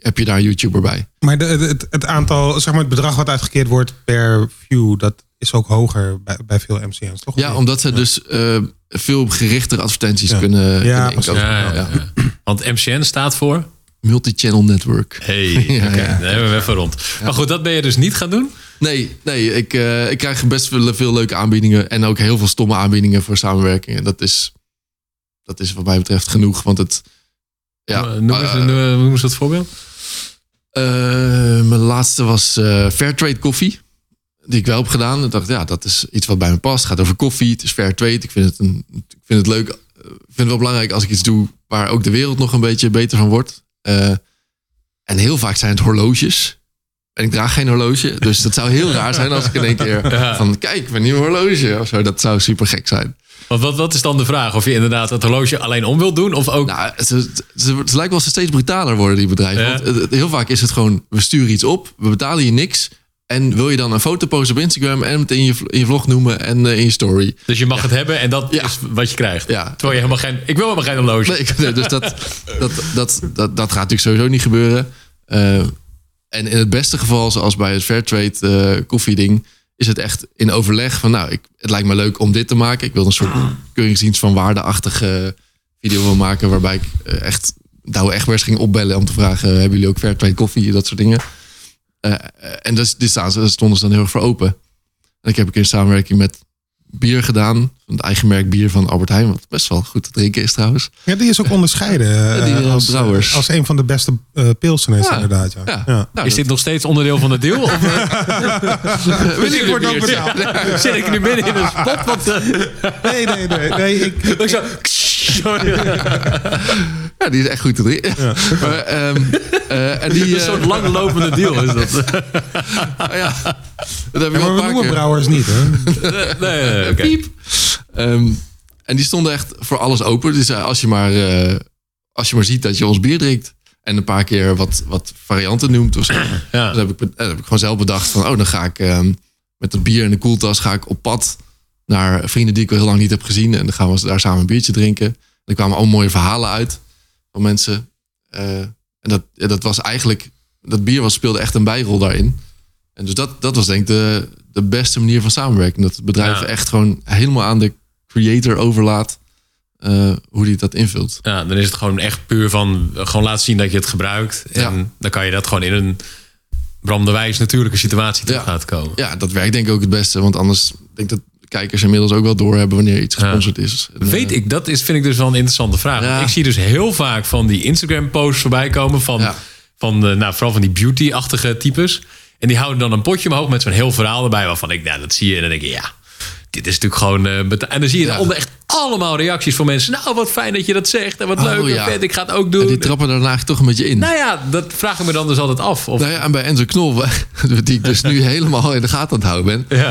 heb je daar een YouTuber bij. Maar het aantal, zeg maar het bedrag wat uitgekeerd wordt per view, dat is ook hoger bij veel MCN's, toch? Ja, omdat ze dus veel gerichtere advertenties kunnen inkopen. Ja. Want MCN staat voor? Multi-channel network. Hey, oké, daar hebben we even rond. Ja. Maar goed, dat ben je dus niet gaan doen? Nee, ik krijg best veel leuke aanbiedingen. En ook heel veel stomme aanbiedingen voor samenwerkingen. Dat is wat mij betreft genoeg. Want het... Noem eens dat voorbeeld. Mijn laatste was Fairtrade koffie. Die ik wel heb gedaan. Ik dacht, dat is iets wat bij me past. Het gaat over koffie. Het is Fairtrade. Ik vind het leuk. Ik vind het wel belangrijk als ik iets doe waar ook de wereld nog een beetje beter van wordt. En heel vaak zijn het horloges. En ik draag geen horloge. Dus dat zou heel raar zijn als ik in één keer van... Kijk, mijn nieuwe horloge of zo. Dat zou super gek zijn. Want wat is dan de vraag? Of je inderdaad het horloge alleen om wilt doen? Of ook... Nou, het lijkt wel steeds brutaler worden, die bedrijven. Ja. Want heel vaak is het gewoon... We sturen iets op. We betalen je niks. En wil je dan een foto posten op Instagram... en het in je vlog noemen en in je story. Dus je mag het hebben en dat is wat je krijgt. Ja. Terwijl je ik wil helemaal geen horloge. Nee, dus dat gaat natuurlijk sowieso niet gebeuren. En in het beste geval, zoals bij het Fairtrade koffieding... is het echt in overleg van... het lijkt me leuk om dit te maken. Ik wil een soort keuringsdienst van waardeachtige video wil maken... waarbij ik echt Douwe Egberts ging opbellen om te vragen... hebben jullie ook Fairtrade koffie, dat soort dingen. En die stonden ze dan heel erg voor open. En ik heb een keer samenwerking met bier gedaan. Het eigen merk bier van Albert Heijn. Wat best wel goed te drinken is trouwens. Ja, die is ook onderscheiden als een van de beste pilseners inderdaad. Ja. Nou, is dit nog steeds onderdeel van het deal? Of, ik word ook betaald. Zit ik nu midden in een spot? Nee. Ik zo... Ja, die is echt goed te drinken. Ja. Maar, en die, een soort langlopende deal is dat. Ja. Dat heb ik wel maar we noemen brouwers niet, hè? Nee, okay. Piep. En die stonden echt voor alles open. Dus als je maar ziet dat je ons bier drinkt... en een paar keer wat varianten noemt... Of zo, ja. dan heb ik gewoon zelf bedacht van... dan ga ik met dat bier in de koeltas ga ik op pad... naar vrienden die ik al heel lang niet heb gezien... en dan gaan we daar samen een biertje drinken. En er kwamen al mooie verhalen uit van mensen. En dat was eigenlijk... dat bier speelde echt een bijrol daarin. En dus dat was denk ik de beste manier van samenwerken. Dat het bedrijf echt gewoon helemaal aan de creator overlaat... hoe die dat invult. Ja, dan is het gewoon echt puur van... gewoon laten zien dat je het gebruikt. En dan kan je dat gewoon in een... Bram de Wijs natuurlijke situatie terug gaat komen. Ja, dat werkt denk ik ook het beste. Want anders denk ik dat kijkers inmiddels ook wel doorhebben... wanneer iets gesponsord is. En, weet ik, dat vind ik dus wel een interessante vraag. Ja. Ik zie dus heel vaak van die Instagram-posts voorbij komen... vooral van die beauty-achtige types... En die houden dan een potje omhoog met zo'n heel verhaal erbij... waarvan ik, dat zie je en dan denk je, dit is natuurlijk gewoon... en dan zie je eronder echt allemaal reacties van mensen... Nou, wat fijn dat je dat zegt en wat leuk en vet, ik ga het ook doen. En die trappen daarna eigenlijk toch een beetje in. Nou ja, dat vraag ik me dan dus altijd af. Of... Nou ja, en bij Enzo Knol, die ik dus nu helemaal in de gaten aan het houden ben...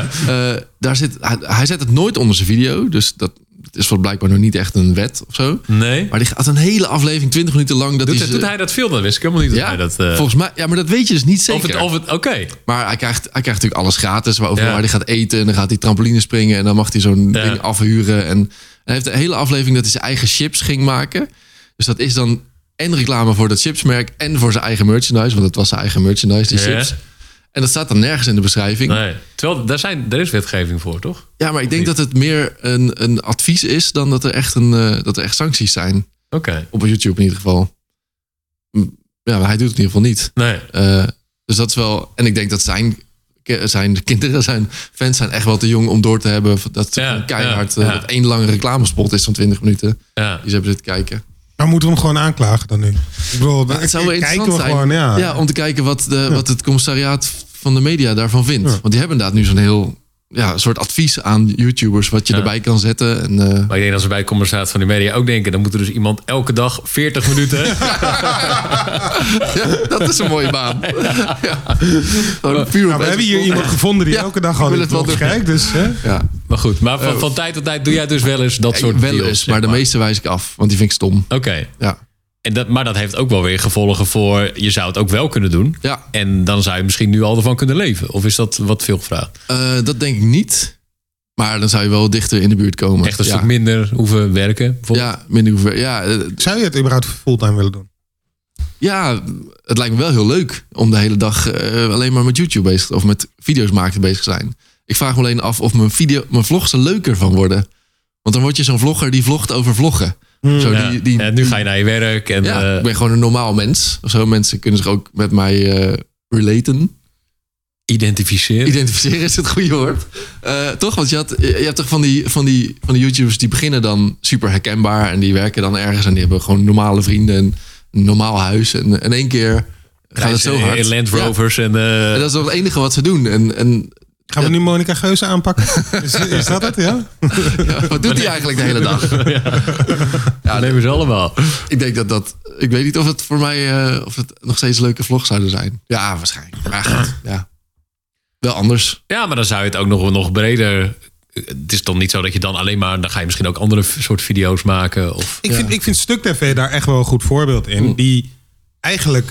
hij zet het nooit onder zijn video, dus dat... Het is blijkbaar nog niet echt een wet of zo. Nee. Maar die gaat een hele aflevering 20 minuten lang... Doet hij dat veel? Dan wist ik helemaal niet dat hij dat... Volgens mij... Ja, maar dat weet je dus niet zeker. Oké. Maar hij krijgt natuurlijk alles gratis. Waar hij gaat eten en dan gaat hij trampoline springen... en dan mag hij zo'n ding afhuren. En hij heeft een hele aflevering dat hij zijn eigen chips ging maken. Dus dat is dan en reclame voor dat chipsmerk... en voor zijn eigen merchandise. Want het was zijn eigen merchandise, die chips. En dat staat dan nergens in de beschrijving. Nee. Terwijl er is wetgeving voor, toch? Ja, maar ik denk dat het meer een advies is... dan dat er echt sancties zijn. Oké. Op YouTube in ieder geval. Ja, maar hij doet het in ieder geval niet. Nee. Dus dat is wel... En ik denk dat zijn kinderen, zijn fans zijn echt wel te jong om door te hebben... dat keihard dat één lange reclamespot is van 20 minuten. Ja. Die ze hebben zitten kijken. Nou, moeten we hem gewoon aanklagen dan nu? Ik bedoel, het zou wel interessant zijn gewoon, om te kijken wat het commissariaat van de media daarvan vindt. Ja. Want die hebben inderdaad nu zo'n heel soort advies aan YouTubers... wat je erbij kan zetten. En, Maar ik denk dat ze bij het commissariaat van de media ook denken... dan moet er dus iemand elke dag 40 minuten... Ja, dat is een mooie baan. Ja. We hebben hier iemand gevonden die elke dag al het kijkt. Dus, ja. Maar goed, maar van tijd tot tijd doe jij dus wel eens dat soort deals? Wel eens, maar de meeste wijs ik af. Want die vind ik stom. Oké. Ja. Maar dat heeft ook wel weer gevolgen voor... je zou het ook wel kunnen doen. Ja. En dan zou je misschien nu al ervan kunnen leven. Of is dat wat veel gevraagd? Dat denk ik niet. Maar dan zou je wel dichter in de buurt komen. Echt een stuk minder hoeven werken? Ja, minder hoeven werken. Ja, zou je het überhaupt fulltime willen doen? Ja, het lijkt me wel heel leuk om de hele dag alleen maar met YouTube bezig of met video's maken bezig te zijn. Ik vraag me alleen af of mijn vlogs er leuker van worden. Want dan word je zo'n vlogger die vlogt over vloggen. Zo, nu ga je naar je werk. En, ik ben gewoon een normaal mens. Of zo. Mensen kunnen zich ook met mij relaten. Identificeren is het goede woord. Toch? Want je hebt toch van die YouTubers die beginnen dan super herkenbaar. En die werken dan ergens. En die hebben gewoon normale vrienden. En een normaal huis. En in één keer gaat het zo hard. Land Rovers. En dat is nog het enige wat ze doen. En gaan we nu Monica Geuze aanpakken? Is dat het, ja? Wat doet hij eigenlijk de hele dag? Ja, nemen ze allemaal. Ik denk dat ik weet niet of het voor mij of het nog steeds leuke vlogs zouden zijn. Ja, waarschijnlijk. Maar goed, ja. Wel anders. Ja, maar dan zou je het ook nog breder. Het is toch niet zo dat je dan alleen maar. Dan ga je misschien ook andere soort video's maken. Of, ik vind Stuk TV daar echt wel een goed voorbeeld in. Die eigenlijk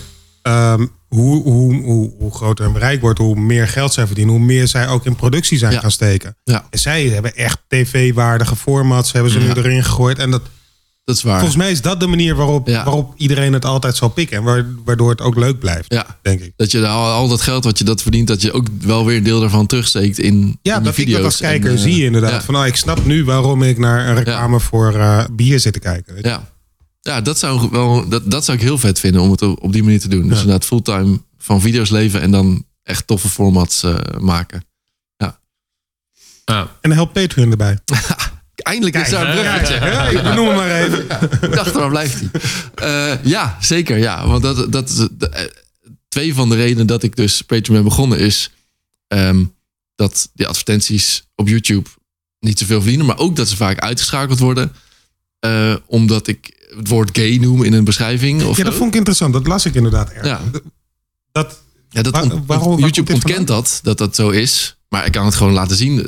hoe groter hun bereik wordt, hoe meer geld zij verdienen, hoe meer zij ook in productie zijn gaan steken. Ja. En zij hebben echt tv-waardige formats, hebben ze nu erin gegooid. En dat is waar. Volgens mij is dat de manier waarop iedereen het altijd zal pikken. En waardoor het ook leuk blijft, denk ik. Dat je al dat geld wat je dat verdient, dat je ook wel weer een deel daarvan terugsteekt in die video's. Ik dat als kijker zie je inderdaad. Van, ik snap nu waarom ik naar een reclame voor bier zit te kijken. Weet je? Ja, dat zou ik heel vet vinden om het op die manier te doen. Dus inderdaad fulltime van video's leven en dan echt toffe formats maken. Ja. En dan helpt Patreon erbij. Eindelijk is daar een bruggetje. Ik benoem hem maar even. Ik dacht, waar blijft hij? Ja, zeker. Ja. Want dat is twee van de redenen dat ik dus Patreon ben begonnen is dat die advertenties op YouTube niet zoveel verdienen, maar ook dat ze vaak uitgeschakeld worden. Omdat ik het woord gay noem in een beschrijving. Dat vond ik interessant. Dat las ik inderdaad erg. Waarom YouTube ontkent dat zo is. Maar ik kan het gewoon laten zien.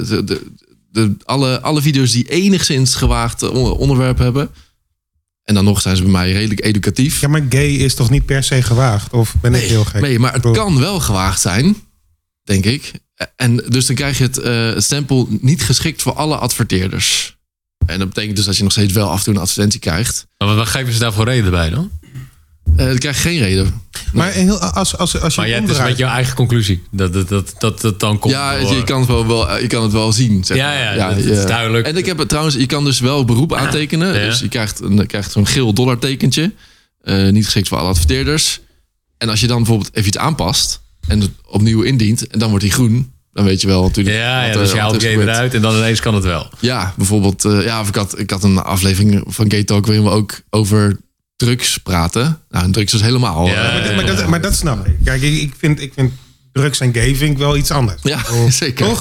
Alle video's die enigszins gewaagd onderwerp hebben. En dan nog zijn ze bij mij redelijk educatief. Ja, maar gay is toch niet per se gewaagd? Of ben ik heel gek? Nee, maar het kan wel gewaagd zijn. Denk ik. En dus dan krijg je het stempel niet geschikt voor alle adverteerders. En dat betekent dus dat je nog steeds wel af en toe een advertentie krijgt. Maar wat geven ze daarvoor reden bij dan? Dan krijg je geen reden. Nee. Maar als je maar het is met jouw eigen conclusie. Dat dan komt. Ja, je kan het wel zien. Zeg maar. Dat is duidelijk. En ik heb het trouwens, je kan dus wel beroep aantekenen. Ja. Dus je krijgt zo'n geel dollartekentje. Niet geschikt voor alle adverteerders. En als je dan bijvoorbeeld even iets aanpast en het opnieuw indient, en dan wordt hij groen. Dan weet je wel natuurlijk. Dus je haalt gay eruit en dan ineens kan het wel. Ja, bijvoorbeeld. Ik had een aflevering van Gay Talk waarin we ook over drugs praten. Nou, drugs is helemaal. Maar dat snap ik. Kijk, ik vind drugs en gay vind ik wel iets anders. Ja, zeker. Toch?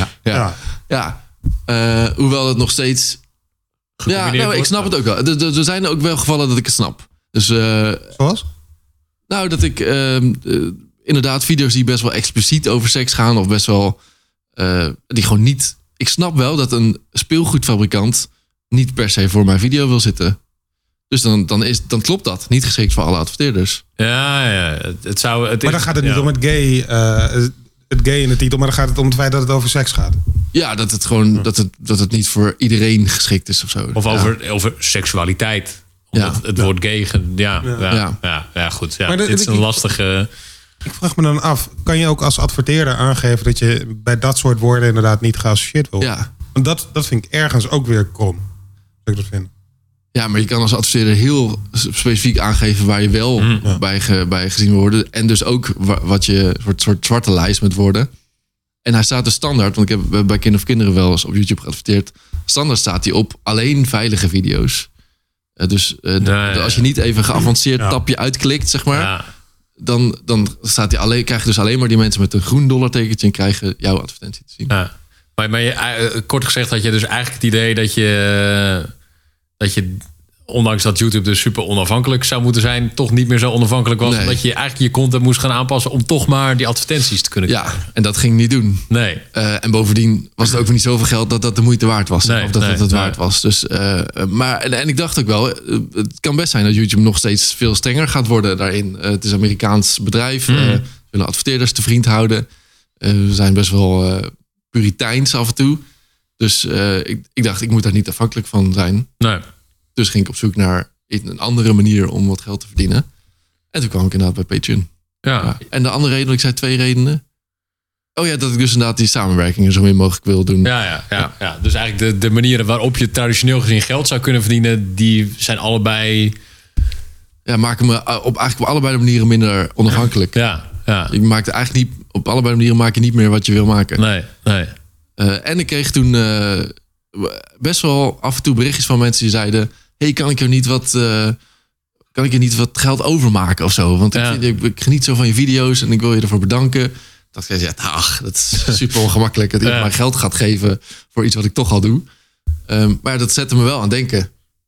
Ja. Hoewel het nog steeds. Ik snap het ook wel. Er zijn ook wel gevallen dat ik het snap. Dus. Zoals? Nou, dat ik inderdaad video's die best wel expliciet over seks gaan of best wel die gewoon niet. Ik snap wel dat een speelgoedfabrikant niet per se voor mijn video wil zitten. Dus dan klopt dat. Niet geschikt voor alle adverteerders. Ja. Maar dan gaat het niet om het gay in de titel, maar dan gaat het om het feit dat het over seks gaat. Ja, dat het gewoon dat het niet voor iedereen geschikt is of zo. Of over seksualiteit. Omdat het woord gay. Ja, goed. Ja, dit is een lastige. Ik vraag me dan af, kan je ook als adverteerder aangeven dat je bij dat soort woorden inderdaad niet geassocieerd wil? Ja. Want dat vind ik ergens ook weer krom. Dat ik dat vind. Ja, maar je kan als adverteerder heel specifiek aangeven waar je wel bij gezien wil worden. En dus ook wat je soort zwarte lijst met woorden. En hij staat dus standaard, want ik heb bij Kind of Kinderen wel eens op YouTube geadverteerd. Standaard staat hij op alleen veilige video's. Als je niet even geavanceerd tapje uitklikt, zeg maar. Ja. Dan staat hij krijg je dus alleen maar die mensen met een groen dollartekentje en krijgen jouw advertentie te zien. Ja. Maar kort gezegd had je dus eigenlijk het idee dat je ondanks dat YouTube dus super onafhankelijk zou moeten zijn, toch niet meer zo onafhankelijk was. Nee. Omdat je eigenlijk je content moest gaan aanpassen om toch maar die advertenties te kunnen krijgen. Ja, en dat ging niet doen. Nee. En bovendien was het ook niet zoveel geld dat de moeite waard was. Of dat het waard was. Dus, en ik dacht ook wel, het kan best zijn dat YouTube nog steeds veel strenger gaat worden daarin. Het is een Amerikaans bedrijf. Willen adverteerders te vriend houden. We zijn best wel puriteins af en toe. Dus ik dacht, ik moet daar niet afhankelijk van zijn. Nee. Dus ging ik op zoek naar een andere manier om wat geld te verdienen. En toen kwam ik inderdaad bij Patreon. Ja. En de andere reden, ik zei 2 redenen. Oh ja, dat ik dus inderdaad die samenwerkingen zo min mogelijk wil doen. Ja. Dus eigenlijk de manieren waarop je traditioneel gezien geld zou kunnen verdienen, die zijn allebei... Ja, maken me eigenlijk op allebei de manieren minder onafhankelijk. Ja. Je maakt eigenlijk niet, op allebei de manieren maak je niet meer wat je wil maken. Nee. En ik kreeg toen best wel af en toe berichtjes van mensen die zeiden: hey, kan ik je niet wat geld overmaken of zo? Want ik geniet zo van je video's en ik wil je ervoor bedanken. Dat ik zei, dat is super ongemakkelijk. Dat iemand mij geld gaat geven voor iets wat ik toch al doe. Maar dat zette me wel aan denken.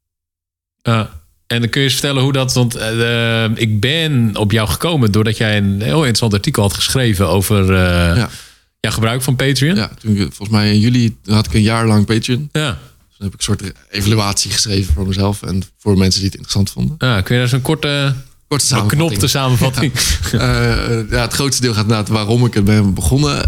En dan kun je eens vertellen hoe dat... Want ik ben op jou gekomen doordat jij een heel interessant artikel had geschreven over jouw gebruik van Patreon. Ja, toen volgens mij in juli had ik een jaar lang Patreon. Ja. Dus dan heb ik een soort evaluatie geschreven voor mezelf en voor mensen die het interessant vonden. Kun je daar zo'n korte knopte samenvatting? Het grootste deel gaat inderdaad waarom ik het ben begonnen.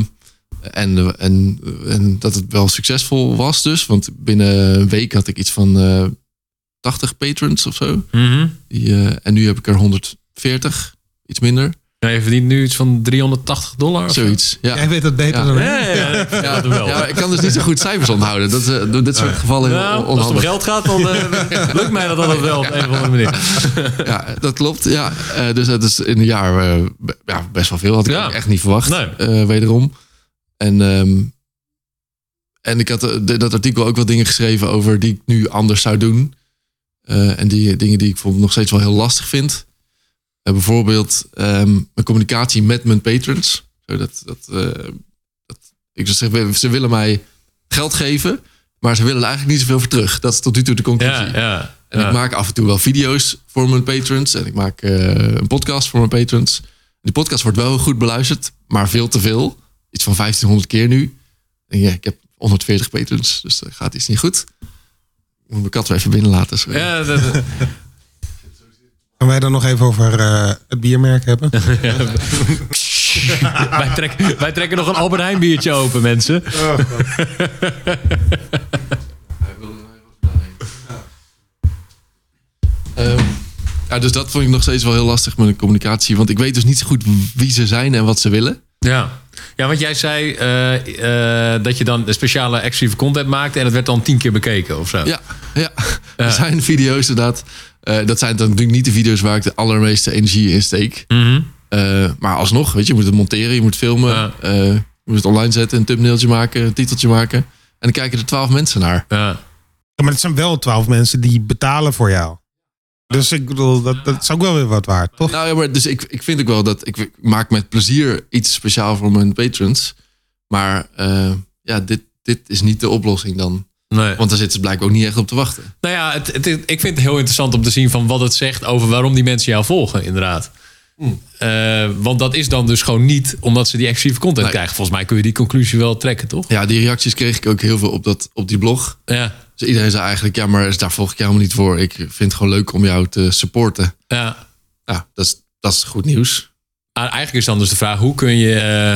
En dat het wel succesvol was dus. Want binnen een week had ik iets van 80 patrons of zo. Mm-hmm. En nu heb ik er 140, iets minder. Ja, je verdient nu iets van $380. Zoiets, ja. Jij weet het beter dan ik kan dus niet zo goed cijfers onthouden. Dat is dit soort gevallen heel onhandig. Als het om geld gaat, dan lukt mij dat altijd wel op een of andere manier. Ja, dat klopt. Ja. Dus het is in een jaar best wel veel. Had ik ook echt niet verwacht. Nee. Wederom. En ik had dat artikel ook wel dingen geschreven over die ik nu anders zou doen. En die dingen die ik nog steeds wel heel lastig vind. Bijvoorbeeld mijn communicatie met mijn patrons. Ze willen mij geld geven, maar ze willen er eigenlijk niet zoveel voor terug. Dat is tot nu toe de conclusie. En ik maak af en toe wel video's voor mijn patrons. En ik maak een podcast voor mijn patrons. Die podcast wordt wel goed beluisterd, maar veel te veel. Iets van 1500 keer nu. En ik heb 140 patrons, dus dat gaat iets niet goed. Ik moet mijn kat weer even binnenlaten. Gaan wij dan nog even over het biermerk hebben? Wij trekken nog een Albert Heijn biertje open, mensen. Oh, dus dat vond ik nog steeds wel heel lastig met de communicatie. Want ik weet dus niet zo goed wie ze zijn en wat ze willen. Ja, want jij zei dat je dan een speciale exclusieve content maakte en het werd dan 10 keer bekeken of zo. Ja. Er zijn video's inderdaad. Dat zijn dan natuurlijk niet de video's waar ik de allermeeste energie in steek. Mm-hmm. Maar alsnog, weet je moet het monteren, je moet filmen. Je moet het online zetten, een thumbnailtje maken, een titeltje maken. En dan kijken er 12 mensen naar. Ja, maar het zijn wel 12 mensen die betalen voor jou. Dus ik bedoel, dat is ook wel weer wat waard, toch? Nou ja, maar dus ik vind ook wel dat ik maak met plezier iets speciaal voor mijn patrons. Maar dit is niet de oplossing dan. Nee. Want daar zitten ze blijkbaar ook niet echt op te wachten. Nou ja, ik vind het heel interessant om te zien van wat het zegt over waarom die mensen jou volgen, inderdaad. Want dat is dan dus gewoon niet omdat ze die exclusieve content krijgen. Volgens mij kun je die conclusie wel trekken, toch? Ja, die reacties kreeg ik ook heel veel op die blog. Ja. Dus iedereen zei eigenlijk, maar daar volg ik helemaal niet voor. Ik vind het gewoon leuk om jou te supporten. Ja. Ja, dat is goed nieuws. Eigenlijk is dan dus de vraag, hoe kun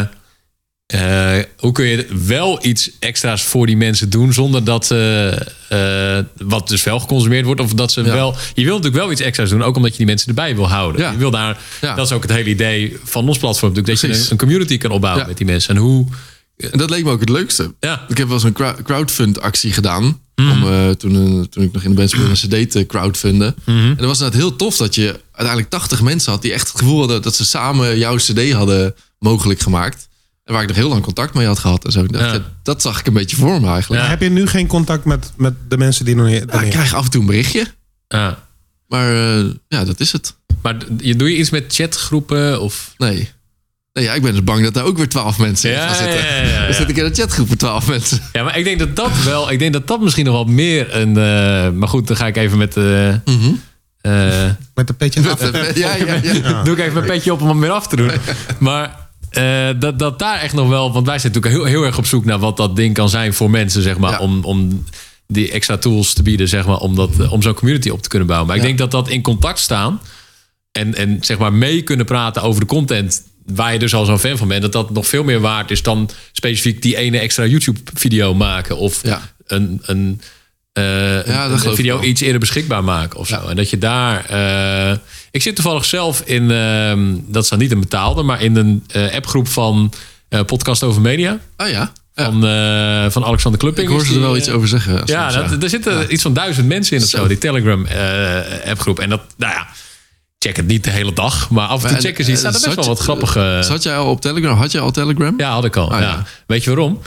je wel iets extra's voor die mensen doen zonder dat wat dus wel geconsumeerd wordt of dat ze wel. Je wilt natuurlijk wel iets extra's doen, ook omdat je die mensen erbij wil houden. Ja. Je wil daar. Ja. Dat is ook het hele idee van ons platform, natuurlijk, dat je een community kan opbouwen met die mensen. En dat leek me ook het leukste. Ja. Ik heb wel eens een crowdfund actie gedaan. Om, toen ik nog in de band speelde, een cd te crowdfunden. En dat was inderdaad heel tof dat je uiteindelijk 80 mensen had die echt het gevoel hadden dat ze samen jouw cd hadden mogelijk gemaakt. En waar ik nog heel lang contact mee had gehad. En zo. Dat zag ik een beetje voor me eigenlijk. Ja. Heb je nu geen contact met de mensen die nog niet... Ik krijg af en toe een berichtje. Maar dat is het. Maar doe je iets met chatgroepen? Of? Nee. Ik ben dus bang dat daar ook weer 12 mensen in gaan zitten. Ja. Dan zit ik in een chatgroep met 12 mensen. Ja, maar ik denk dat dat misschien nog wat meer een... maar goed, dan ga ik even met... met de petje af. Doe ik even mijn petje op om hem weer af te doen. Maar... dat daar echt nog wel... Want wij zijn natuurlijk heel erg op zoek naar wat dat ding kan zijn voor mensen, zeg maar. Ja. Om die extra tools te bieden, zeg maar. Om zo'n community op te kunnen bouwen. Maar ik denk dat in contact staan en zeg maar mee kunnen praten over de content waar je dus al zo'n fan van bent, dat nog veel meer waard is dan specifiek die ene extra YouTube-video maken. Of een video iets eerder beschikbaar maken of zo. En dat je daar... ik zit toevallig zelf in... dat is dan niet een betaalde, maar in een appgroep van Podcast Over Media. Oh ja. Van Alexander Klupping. Ik hoor ze er wel iets over zeggen. Er zitten iets van 1000 mensen in of zo. Die Telegram appgroep. En dat, check het niet de hele dag. Maar af en toe checken ze. Staat er best wel wat grappige... Zat jij al op Telegram? Had jij al Telegram? Ja, had ik al. Ja. Weet je waarom?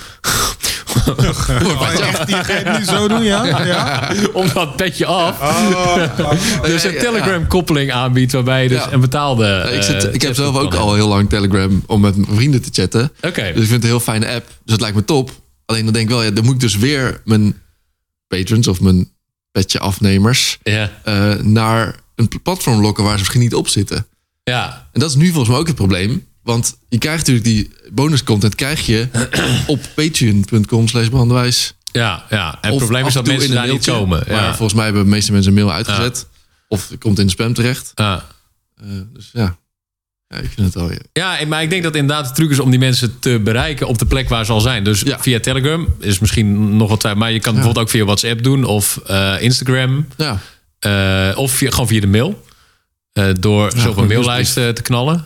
Die ga je het nu zo doen, ja? Omdat Petje Af dus een Telegram-koppeling aanbiedt... waarbij je dus een betaalde... ik heb zelf ook al heel lang Telegram... om met mijn vrienden te chatten. Okay. Dus ik vind het een heel fijne app. Dus het lijkt me top. Alleen dan denk ik wel... dan moet ik dus weer mijn patrons... of mijn Petje Afnemers... naar een platform lokken... waar ze misschien niet op zitten. Ja. En dat is nu volgens mij ook het probleem... Want je krijgt natuurlijk die bonuscontent krijg je op patreon.com/behandelwijs. Ja. En het probleem is dat mensen daar niet komen. Maar volgens mij hebben de meeste mensen een mail uitgezet. Of het komt in de spam terecht. Dus ja, ik vind het wel... Ja, maar ik denk dat inderdaad de truc is om die mensen te bereiken op de plek waar ze al zijn. Dus via Telegram is misschien nog wat tijd. Maar je kan bijvoorbeeld ook via WhatsApp doen of Instagram. Ja. Of gewoon via de mail. Door zoveel maillijst te knallen.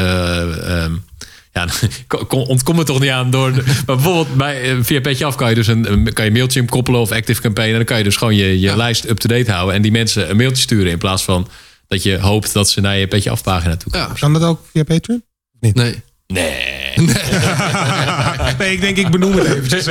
Ontkom er toch niet aan. Maar bijvoorbeeld via Petje Af kan je dus kan je Mailchimp koppelen of ActiveCampaign. En dan kan je dus gewoon je lijst up-to-date houden. En die mensen een mailtje sturen in plaats van dat je hoopt dat ze naar je Petje Af pagina toe komen. Kan dat ook via Patreon? Niet? Nee. Nee, ik denk ik benoem het eventjes.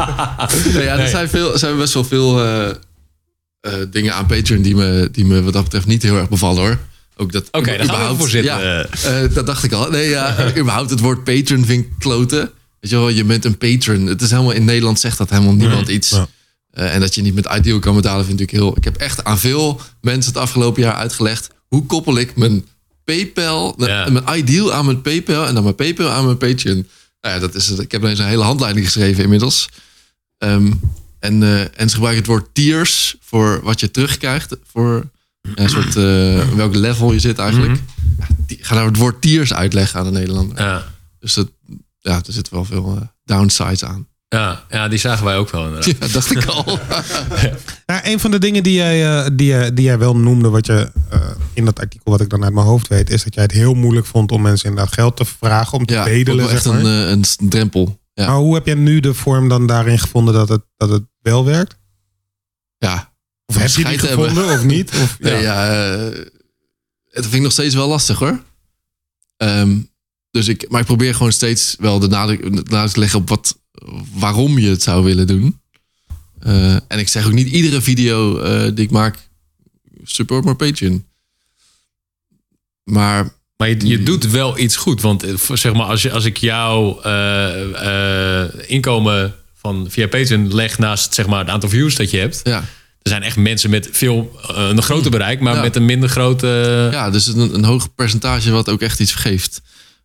Er zijn best wel veel dingen aan Patreon die me wat dat betreft niet heel erg bevallen hoor. Ook dat daar gaan we voor zitten. Dat dacht ik al. Überhaupt het woord patron vind ik kloten. Weet je wel, je bent een patron. Het is helemaal, in Nederland zegt dat helemaal niemand iets. Ja. En dat je niet met Ideal kan betalen vind ik heel... Ik heb echt aan veel mensen het afgelopen jaar uitgelegd... hoe koppel ik mijn PayPal, mijn Ideal aan mijn PayPal... en dan mijn PayPal aan mijn Patreon. Nou ja, dat is het. Ik heb ineens een hele handleiding geschreven inmiddels. En ze gebruiken het woord tiers voor wat je terugkrijgt... voor een soort welk level je zit eigenlijk. Ga nou het woord tiers uitleggen aan de Nederlander. Ja. Dus er zitten wel veel downsides aan. Ja, die zagen wij ook wel inderdaad. Ja, dacht ik al. Een van de dingen die jij wel noemde, wat je in dat artikel wat ik dan uit mijn hoofd weet, is dat jij het heel moeilijk vond om mensen inderdaad geld te vragen, om te bedelen. Ja, echt een drempel. Ja. Maar hoe heb jij nu de vorm dan daarin gevonden dat het wel werkt? Ja. Of heb je die gevonden of niet? Of, het vind ik nog steeds wel lastig hoor. Maar ik probeer gewoon steeds wel de nadruk te leggen op waarom je het zou willen doen. En ik zeg ook niet iedere video die ik maak, support mijn Patreon. Maar je doet wel iets goed. Want zeg maar, als ik jouw inkomen via Patreon leg naast zeg maar, het aantal views dat je hebt... Ja. Er zijn echt mensen met een groter bereik, maar met een minder grote... Ja, dus een hoog percentage wat ook echt iets geeft.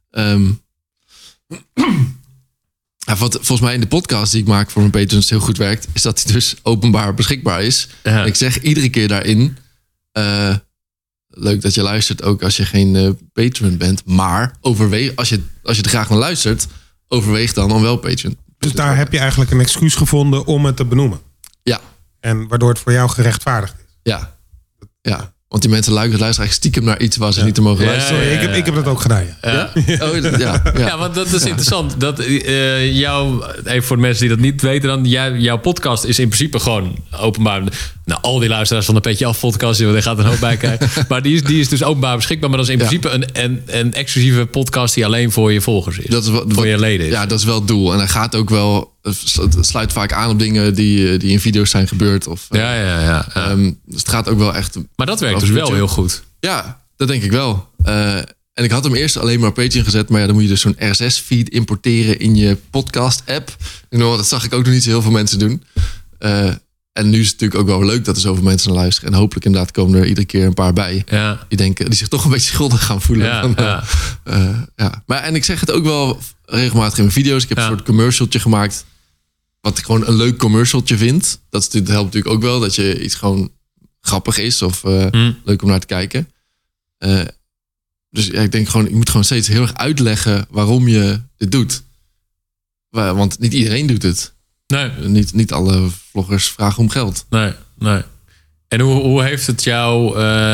Wat volgens mij in de podcast die ik maak voor mijn patrons heel goed werkt... is dat hij dus openbaar beschikbaar is. Ja. Ik zeg iedere keer daarin... leuk dat je luistert ook als je geen patron bent. Maar overweeg, als je er graag naar luistert... overweeg dan om wel patron. Dus daar heb je eigenlijk een excuus gevonden om het te benoemen? Ja. En waardoor het voor jou gerechtvaardigd is? Ja. Want die mensen luisteren eigenlijk stiekem naar iets waar ze niet te mogen luisteren. Sorry, ik heb dat ook gedaan. Ja, want dat is interessant. Dat even voor de mensen die dat niet weten, dan jouw podcast is in principe gewoon openbaar. Nou, al die luisteraars van de Petje Af podcast, daar gaat een hoop bij kijken. Maar die is dus openbaar beschikbaar. Maar dat is in principe een exclusieve podcast die alleen voor je volgers is. Voor je leden is. Ja, dat is wel het doel. En hij gaat ook wel... Het sluit vaak aan op dingen die in video's zijn gebeurd. Dus het gaat ook wel echt... Maar dat werkt dus wel heel goed. Ja, dat denk ik wel. En ik had hem eerst alleen maar op Patreon gezet. Maar dan moet je dus zo'n RSS-feed importeren in je podcast-app. Dat zag ik ook nog niet zo heel veel mensen doen. En nu is het natuurlijk ook wel leuk dat er zoveel mensen naar luisteren. En hopelijk inderdaad komen er iedere keer een paar bij. Ja. Die zich toch een beetje schuldig gaan voelen. Maar ik zeg het ook wel regelmatig in mijn video's. Ik heb een soort commercialtje gemaakt. Wat ik gewoon een leuk commercialtje vind. Dat helpt natuurlijk ook wel. Dat je iets gewoon grappig is. Of leuk om naar te kijken. Dus ik denk gewoon, je moet gewoon steeds heel erg uitleggen waarom je dit doet. Want niet iedereen doet het. Nee. Niet alle vloggers vragen om geld. Nee. En hoe heeft het jou...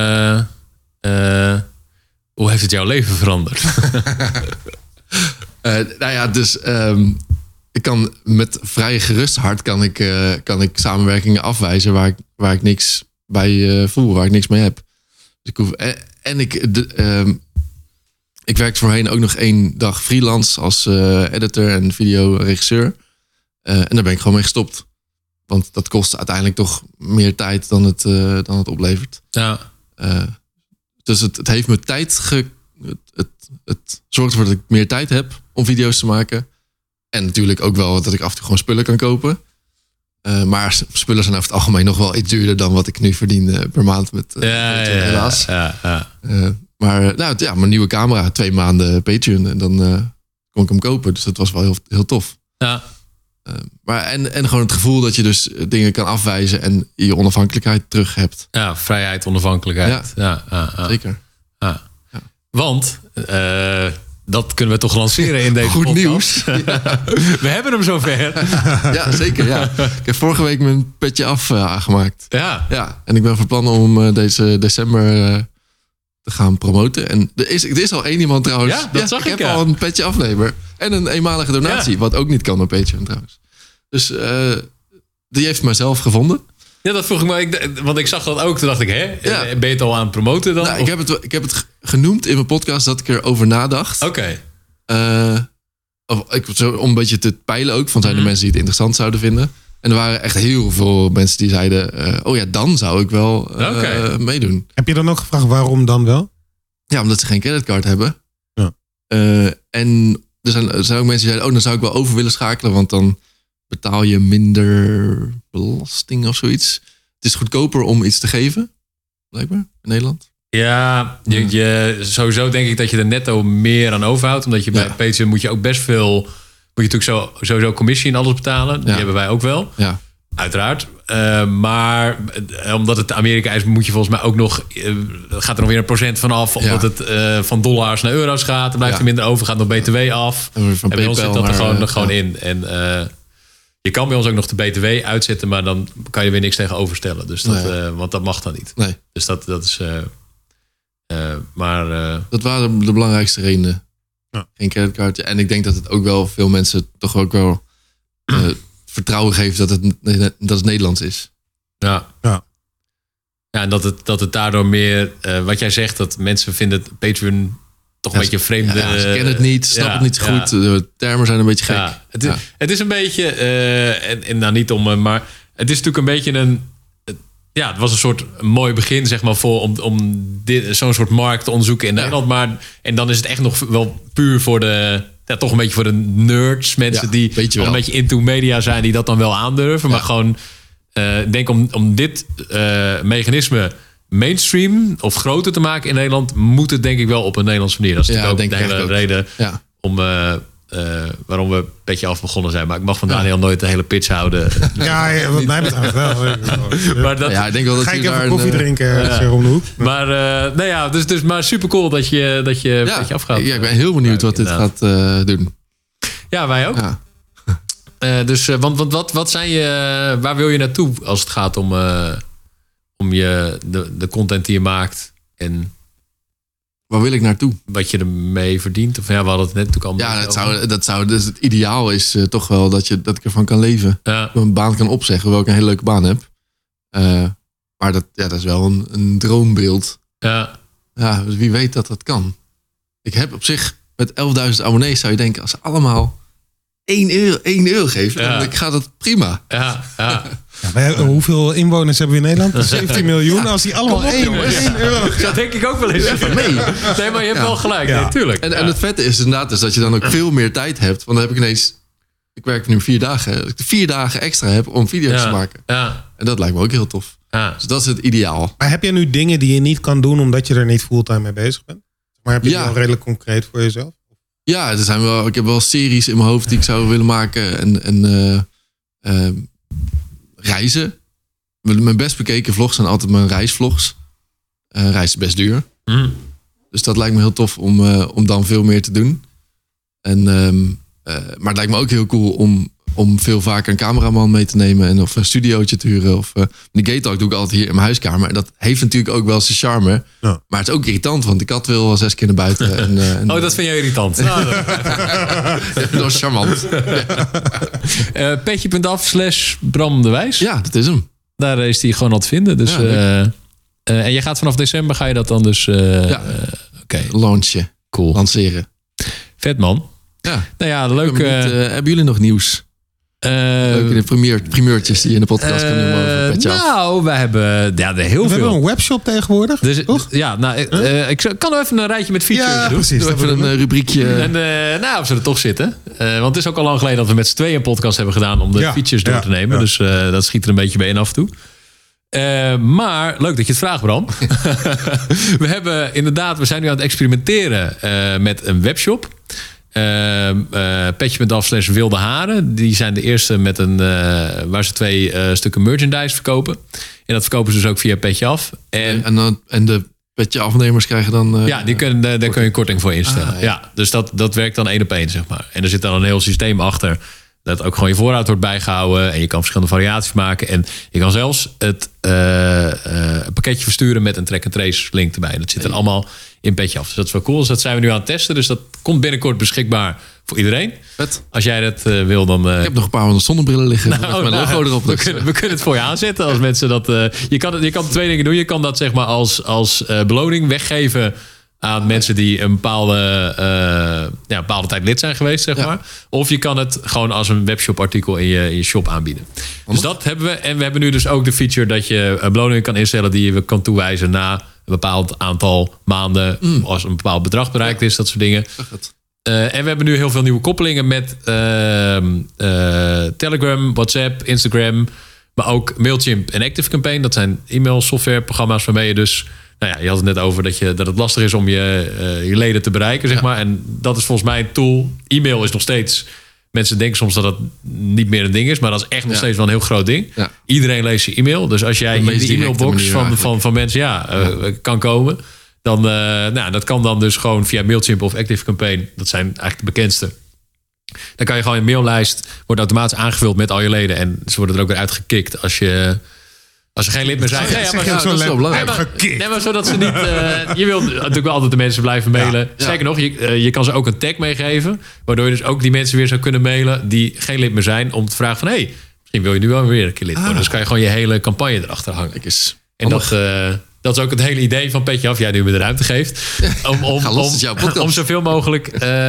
hoe heeft het jouw leven veranderd? Dus ik kan met vrij gerust hart kan ik samenwerkingen afwijzen waar ik niks bij voel, waar ik niks mee heb. Dus ik werkte voorheen ook nog 1 dag freelance als editor en videoregisseur. En daar ben ik gewoon mee gestopt. Want dat kost uiteindelijk toch meer tijd dan het oplevert. Ja. Dus het heeft me tijd het zorgt ervoor dat ik meer tijd heb om video's te maken. En natuurlijk ook wel dat ik af en toe gewoon spullen kan kopen. Maar spullen zijn over het algemeen nog wel iets duurder dan wat ik nu verdien per maand met helaas. Ja. Maar mijn nieuwe camera, 2 maanden Patreon en dan kon ik hem kopen. Dus dat was wel heel, heel tof. Ja. En gewoon het gevoel dat je dus dingen kan afwijzen en je onafhankelijkheid terug hebt. Ja, vrijheid, onafhankelijkheid. Ja. Zeker. Ja. Want dat kunnen we toch lanceren in deze Goed podcast. Nieuws. Ja. We hebben hem zover. Ja, zeker. Ja. Ik heb vorige week mijn petje af aangemaakt. Ja. En ik ben van plan om deze december te gaan promoten. En er is al 1 iemand trouwens. Ja, dat zag ik. Ik heb al een petje afnemer. En een eenmalige donatie. Ja. Wat ook niet kan op Patreon trouwens. Dus die heeft mijzelf gevonden. Ja, dat vroeg ik me. Want ik zag dat ook. Toen dacht ik, ben je het al aan het promoten dan? Nou, ik heb het genoemd in mijn podcast dat ik erover nadacht. Oké. Om een beetje te peilen ook. Van zijn er mensen die het interessant zouden vinden. En er waren echt heel veel mensen die zeiden... dan zou ik wel meedoen. Heb je dan ook gevraagd waarom dan wel? Ja, omdat ze geen creditcard hebben. Ja. En er zijn ook mensen die zeiden... dan zou ik wel over willen schakelen... want dan betaal je minder belasting of zoiets. Het is goedkoper om iets te geven. Blijkbaar, in Nederland. Ja, sowieso denk ik dat je er netto meer aan overhoudt. Omdat je bij Patreon moet je ook best veel... Moet je natuurlijk sowieso commissie en alles betalen. Die hebben wij ook wel. Ja. Uiteraard. Maar omdat het Amerika is, moet je volgens mij ook nog... gaat er nog weer een procent vanaf. Omdat het van dollars naar euro's gaat. Dan blijft er minder over. Gaat nog BTW af. En bij ons zit dat er gewoon in. En je kan bij ons ook nog de BTW uitzetten. Maar dan kan je weer niks tegenover stellen. Dus want dat mag dan niet. Nee. Dus dat is... dat waren de belangrijkste redenen. Ja. Geen creditcard. En ik denk dat het ook wel veel mensen toch ook wel vertrouwen geeft dat het Nederlands is. Ja, en dat het daardoor meer, wat jij zegt, dat mensen vinden Patreon toch een beetje vreemde... Ja, ze kennen het niet, snappen het niet zo goed. De termen zijn een beetje gek. Ja, het is een beetje, en nou niet om, maar het is natuurlijk een beetje een... Ja, het was een soort mooi begin, zeg maar, voor om zo'n soort markt te onderzoeken in Nederland. Maar, en dan is het echt nog wel puur voor toch een beetje voor de nerds. Mensen die een beetje into media zijn, die dat dan wel aandurven. Maar gewoon, ik denk om dit mechanisme mainstream of groter te maken in Nederland, moet het denk ik wel op een Nederlandse manier. Dat is natuurlijk ook de hele reden om... waarom we Petje Af begonnen zijn. Maar ik mag van Daniel nooit de hele pitch houden. Ja, wat mij betreft wel. Maar ik denk wel dat ga ik even koffie drinken om de hoek. Maar dus maar super cool dat je Petje Af gaat. Ja, ik ben heel benieuwd wat dit gaat doen. Ja, wij ook. Ja. Want wat zijn waar wil je naartoe als het gaat om de content die je maakt en... Waar wil ik naartoe? Wat je ermee verdient? Of we hadden het net natuurlijk al. Dat zou dus het ideaal is toch wel dat ik ervan kan leven. Ja. Een baan kan opzeggen, hoewel ik een hele leuke baan heb. Maar dat is wel een droombeeld. Ja. Ja, dus wie weet dat kan. Ik heb op zich met 11.000 abonnees zou je denken, als ze allemaal 1 euro geven, dan gaat het prima. Ja. Hoeveel inwoners hebben we in Nederland? 17 miljoen. Als die allemaal 1 euro... Dat denk ik ook wel eens. Nee, maar je hebt wel gelijk. Ja. Nee, tuurlijk. En het vette is inderdaad dat je dan ook veel meer tijd hebt. Want dan heb ik ineens... Ik werk nu 4 dagen. Dat ik 4 dagen extra heb om video's te maken. Ja. En dat lijkt me ook heel tof. Ja. Dus dat is het ideaal. Maar heb je nu dingen die je niet kan doen omdat je er niet fulltime mee bezig bent? Maar heb je die al redelijk concreet voor jezelf? Ja, ik heb wel series in mijn hoofd die ik zou willen maken. En reizen. Mijn best bekeken vlogs zijn altijd mijn reisvlogs. Reis is best duur. Dus dat lijkt me heel tof om dan veel meer te doen. Maar het lijkt me ook heel cool om om veel vaker een cameraman mee te nemen. En of een studiootje te huren. Of de Gay Talk doe ik altijd hier in mijn huiskamer. En dat heeft natuurlijk ook wel zijn charme. Ja. Maar het is ook irritant, want de kat wil wel 6 keer naar buiten. En, dat vind jij irritant? Nou, dat is charmant. Petje.af/Bram de Wijs. Ja, dat is hem. Daar is hij gewoon al te vinden. Dus, en je gaat vanaf december, ga je dat dan dus... Launchen. Cool. Lanceren. Vet, man. Ja. Nou ja, leuk. Hebben jullie nog nieuws? Leuke primeurtjes die je in de podcast kan noemen over Petje Af. Nou, wij hebben heel veel. We hebben een webshop tegenwoordig, toch? Ja, nou, ik kan even een rijtje met features doen. Precies. Doe even een rubriekje. En of ze er toch zitten. Want het is ook al lang geleden dat we met z'n tweeën een podcast hebben gedaan om de features door te nemen. Ja. Dus dat schiet er een beetje bij in af en toe. Maar leuk dat je het vraagt, Bram. We zijn nu aan het experimenteren met een webshop. Petje.af/Wilde Haren. Die zijn de eerste met waar ze 2 stukken merchandise verkopen. En dat verkopen ze dus ook via Petje Af. En de Petje Afnemers krijgen dan... daar kun je korting voor instellen. Ja, dus dat werkt dan 1 op 1, zeg maar. En er zit dan een heel systeem achter. Dat ook gewoon je voorraad wordt bijgehouden. En je kan verschillende variaties maken. En je kan zelfs het pakketje versturen met een track-and-trace link erbij. Dat zit dan allemaal in Petje Af. Dus dat is wel cool. Dus dat zijn we nu aan het testen. Dus dat komt binnenkort beschikbaar voor iedereen. Vet. Als jij dat wil, dan... Ik heb nog een paar van de zonnebrillen liggen. Met mijn logo erop. We kunnen het voor je aanzetten. Als mensen dat... Je kan 2 dingen doen. Je kan dat zeg maar als beloning weggeven aan mensen die een bepaalde tijd lid zijn geweest, zeg maar. Of je kan het gewoon als een webshop artikel in je shop aanbieden. Dus dat hebben we. En we hebben nu dus ook de feature dat je een beloning kan instellen die je kan toewijzen na een bepaald aantal maanden. Als een bepaald bedrag bereikt is, dat soort dingen. En we hebben nu heel veel nieuwe koppelingen met Telegram, WhatsApp, Instagram, maar ook Mailchimp en ActiveCampaign. Dat zijn e-mail softwareprogramma's waarmee je dus... Nou ja, je had het net over dat het lastig is om je leden te bereiken, zeg maar. En dat is volgens mij een tool. E-mail is nog steeds... Mensen denken soms dat het niet meer een ding is, maar dat is echt nog steeds wel een heel groot ding. Ja. Iedereen leest je e-mail. Dus als jij in de e-mailbox van mensen kan komen... dan dat kan dan dus gewoon via Mailchimp of ActiveCampaign. Dat zijn eigenlijk de bekendste. Dan kan je gewoon een maillijst... wordt automatisch aangevuld met al je leden. En ze worden er ook weer uitgekikt als je geen lid meer zijn. Dat is wel belangrijk. Maar zodat ze niet... je wilt natuurlijk wel altijd de mensen blijven mailen. Sterker nog, je kan ze ook een tag meegeven. Waardoor je dus ook die mensen weer zou kunnen mailen... die geen lid meer zijn. Om te vragen van... misschien wil je nu wel weer een keer lid worden. Dus kan je gewoon je hele campagne erachter hangen. En dat is ook het hele idee van Petje Af. Jij nu me de ruimte geeft. Om zoveel mogelijk...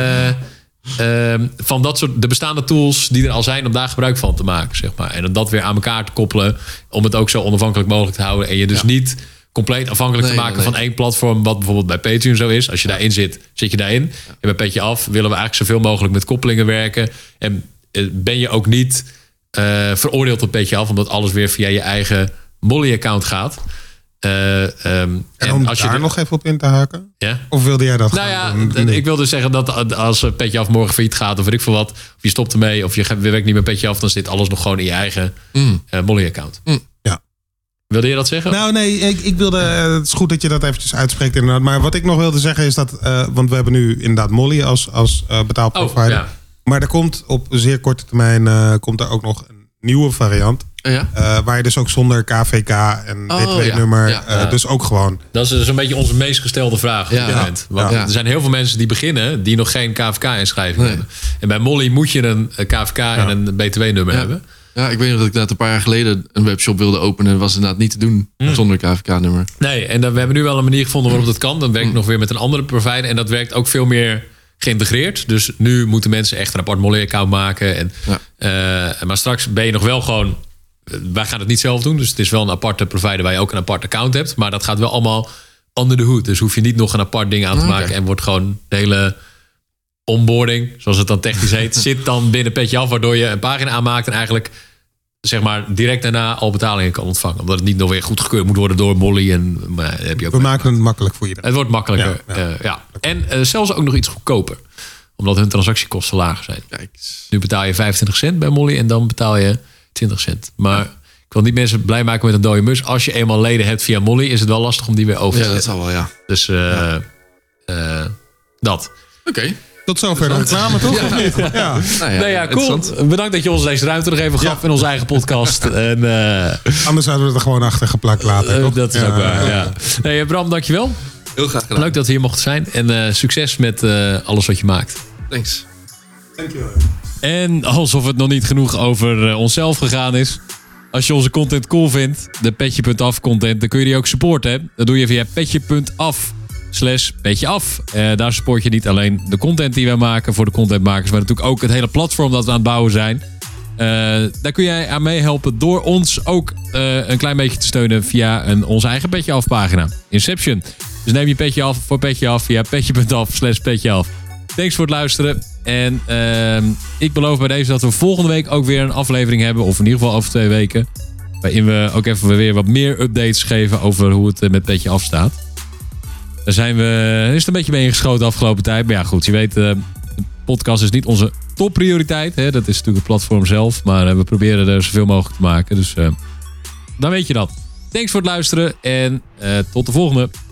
van dat soort de bestaande tools die er al zijn om daar gebruik van te maken, zeg maar. En om dat weer aan elkaar te koppelen, om het ook zo onafhankelijk mogelijk te houden. En je dus niet compleet afhankelijk te maken van één platform, wat bijvoorbeeld bij Patreon zo is. Als je daarin zit je daarin. En bij Petje Af willen we eigenlijk zoveel mogelijk met koppelingen werken. En ben je ook niet veroordeeld op Petje Af, omdat alles weer via je eigen Molly-account gaat. En om als je daar nog even op in te haken? Ja? Of wilde jij dat doen? Ik wilde zeggen dat als Petje Af morgen failliet gaat... of weet ik veel wat, of je stopt ermee... of je werkt niet met Petje Af... dan zit alles nog gewoon in je eigen Molly-account. Ja. Wilde je dat zeggen? Nou nee, ik wilde... het is goed dat je dat eventjes uitspreekt inderdaad. Maar wat ik nog wilde zeggen is dat... want we hebben nu inderdaad Molly als betaalprovider. Ja. Maar er komt op zeer korte termijn... komt er ook nog een nieuwe variant... waar je dus ook zonder KVK en btw-nummer... dus ook gewoon... Dat is dus een beetje onze meest gestelde vraag op dit moment. Want er zijn heel veel mensen die beginnen... die nog geen KVK-inschrijving hebben. En bij Molly moet je een KVK en een btw-nummer hebben. Ja, ik weet nog dat ik een paar jaar geleden... een webshop wilde openen... en was inderdaad niet te doen zonder KVK-nummer. Nee, en we hebben nu wel een manier gevonden waarop dat kan. Dan werkt nog weer met een andere provider... en dat werkt ook veel meer... geïntegreerd. Dus nu moeten mensen echt een apart Molly-account maken. Maar straks ben je nog wel gewoon... Wij gaan het niet zelf doen. Dus het is wel een aparte provider waar je ook een apart account hebt. Maar dat gaat wel allemaal under the hood. Dus hoef je niet nog een apart ding aan te maken. En wordt gewoon de hele onboarding, zoals het dan technisch heet, zit dan binnen Petje Af. Waardoor je een pagina aanmaakt en eigenlijk zeg maar direct daarna al betalingen kan ontvangen. Omdat het niet nog weer goedgekeurd moet worden door Molly. Heb je ook maken het makkelijk voor iedereen. Het wordt makkelijker. En zelfs ook nog iets goedkoper. Omdat hun transactiekosten lager zijn. Kijk. Nu betaal je 25 cent bij Molly en dan betaal je 20 cent. Maar ik wil niet mensen blij maken met een dode mus. Als je eenmaal leden hebt via Molly, is het wel lastig om die weer over te zetten. Ja, dat zal wel, Dus dat. Oké. Tot zover de reclame, toch? Of niet? Ja. Nou ja, cool. Bedankt dat je ons deze ruimte nog even gaf in onze eigen podcast. En, anders hadden we het er gewoon achter geplakt later. Dat is ook waar, ja. Nee, Bram, dankjewel. Heel graag gedaan. Leuk dat we hier mochten zijn. En succes met alles wat je maakt. Thanks. Dankjewel. En alsof het nog niet genoeg over onszelf gegaan is. Als je onze content cool vindt, de Petje.af content, dan kun je die ook supporten. Hè? Dat doe je via Petje.af/petjeaf. Daar support je niet alleen de content die wij maken voor de contentmakers, maar natuurlijk ook het hele platform dat we aan het bouwen zijn. Daar kun jij aan meehelpen door ons ook een klein beetje te steunen via onze eigen Petje Af pagina. Inception. Dus neem je Petje Af voor Petje Af via Petje.af/petjeaf. Thanks voor het luisteren. En ik beloof bij deze dat we volgende week ook weer een aflevering hebben. Of in ieder geval over 2 weken. Waarin we ook even weer wat meer updates geven over hoe het met Petje Af staat. Daar is het een beetje mee ingeschoten de afgelopen tijd. Maar ja, goed, je weet, de podcast is niet onze topprioriteit. Hè? Dat is natuurlijk het platform zelf. Maar we proberen er zoveel mogelijk te maken. Dus dan weet je dat. Thanks voor het luisteren en tot de volgende.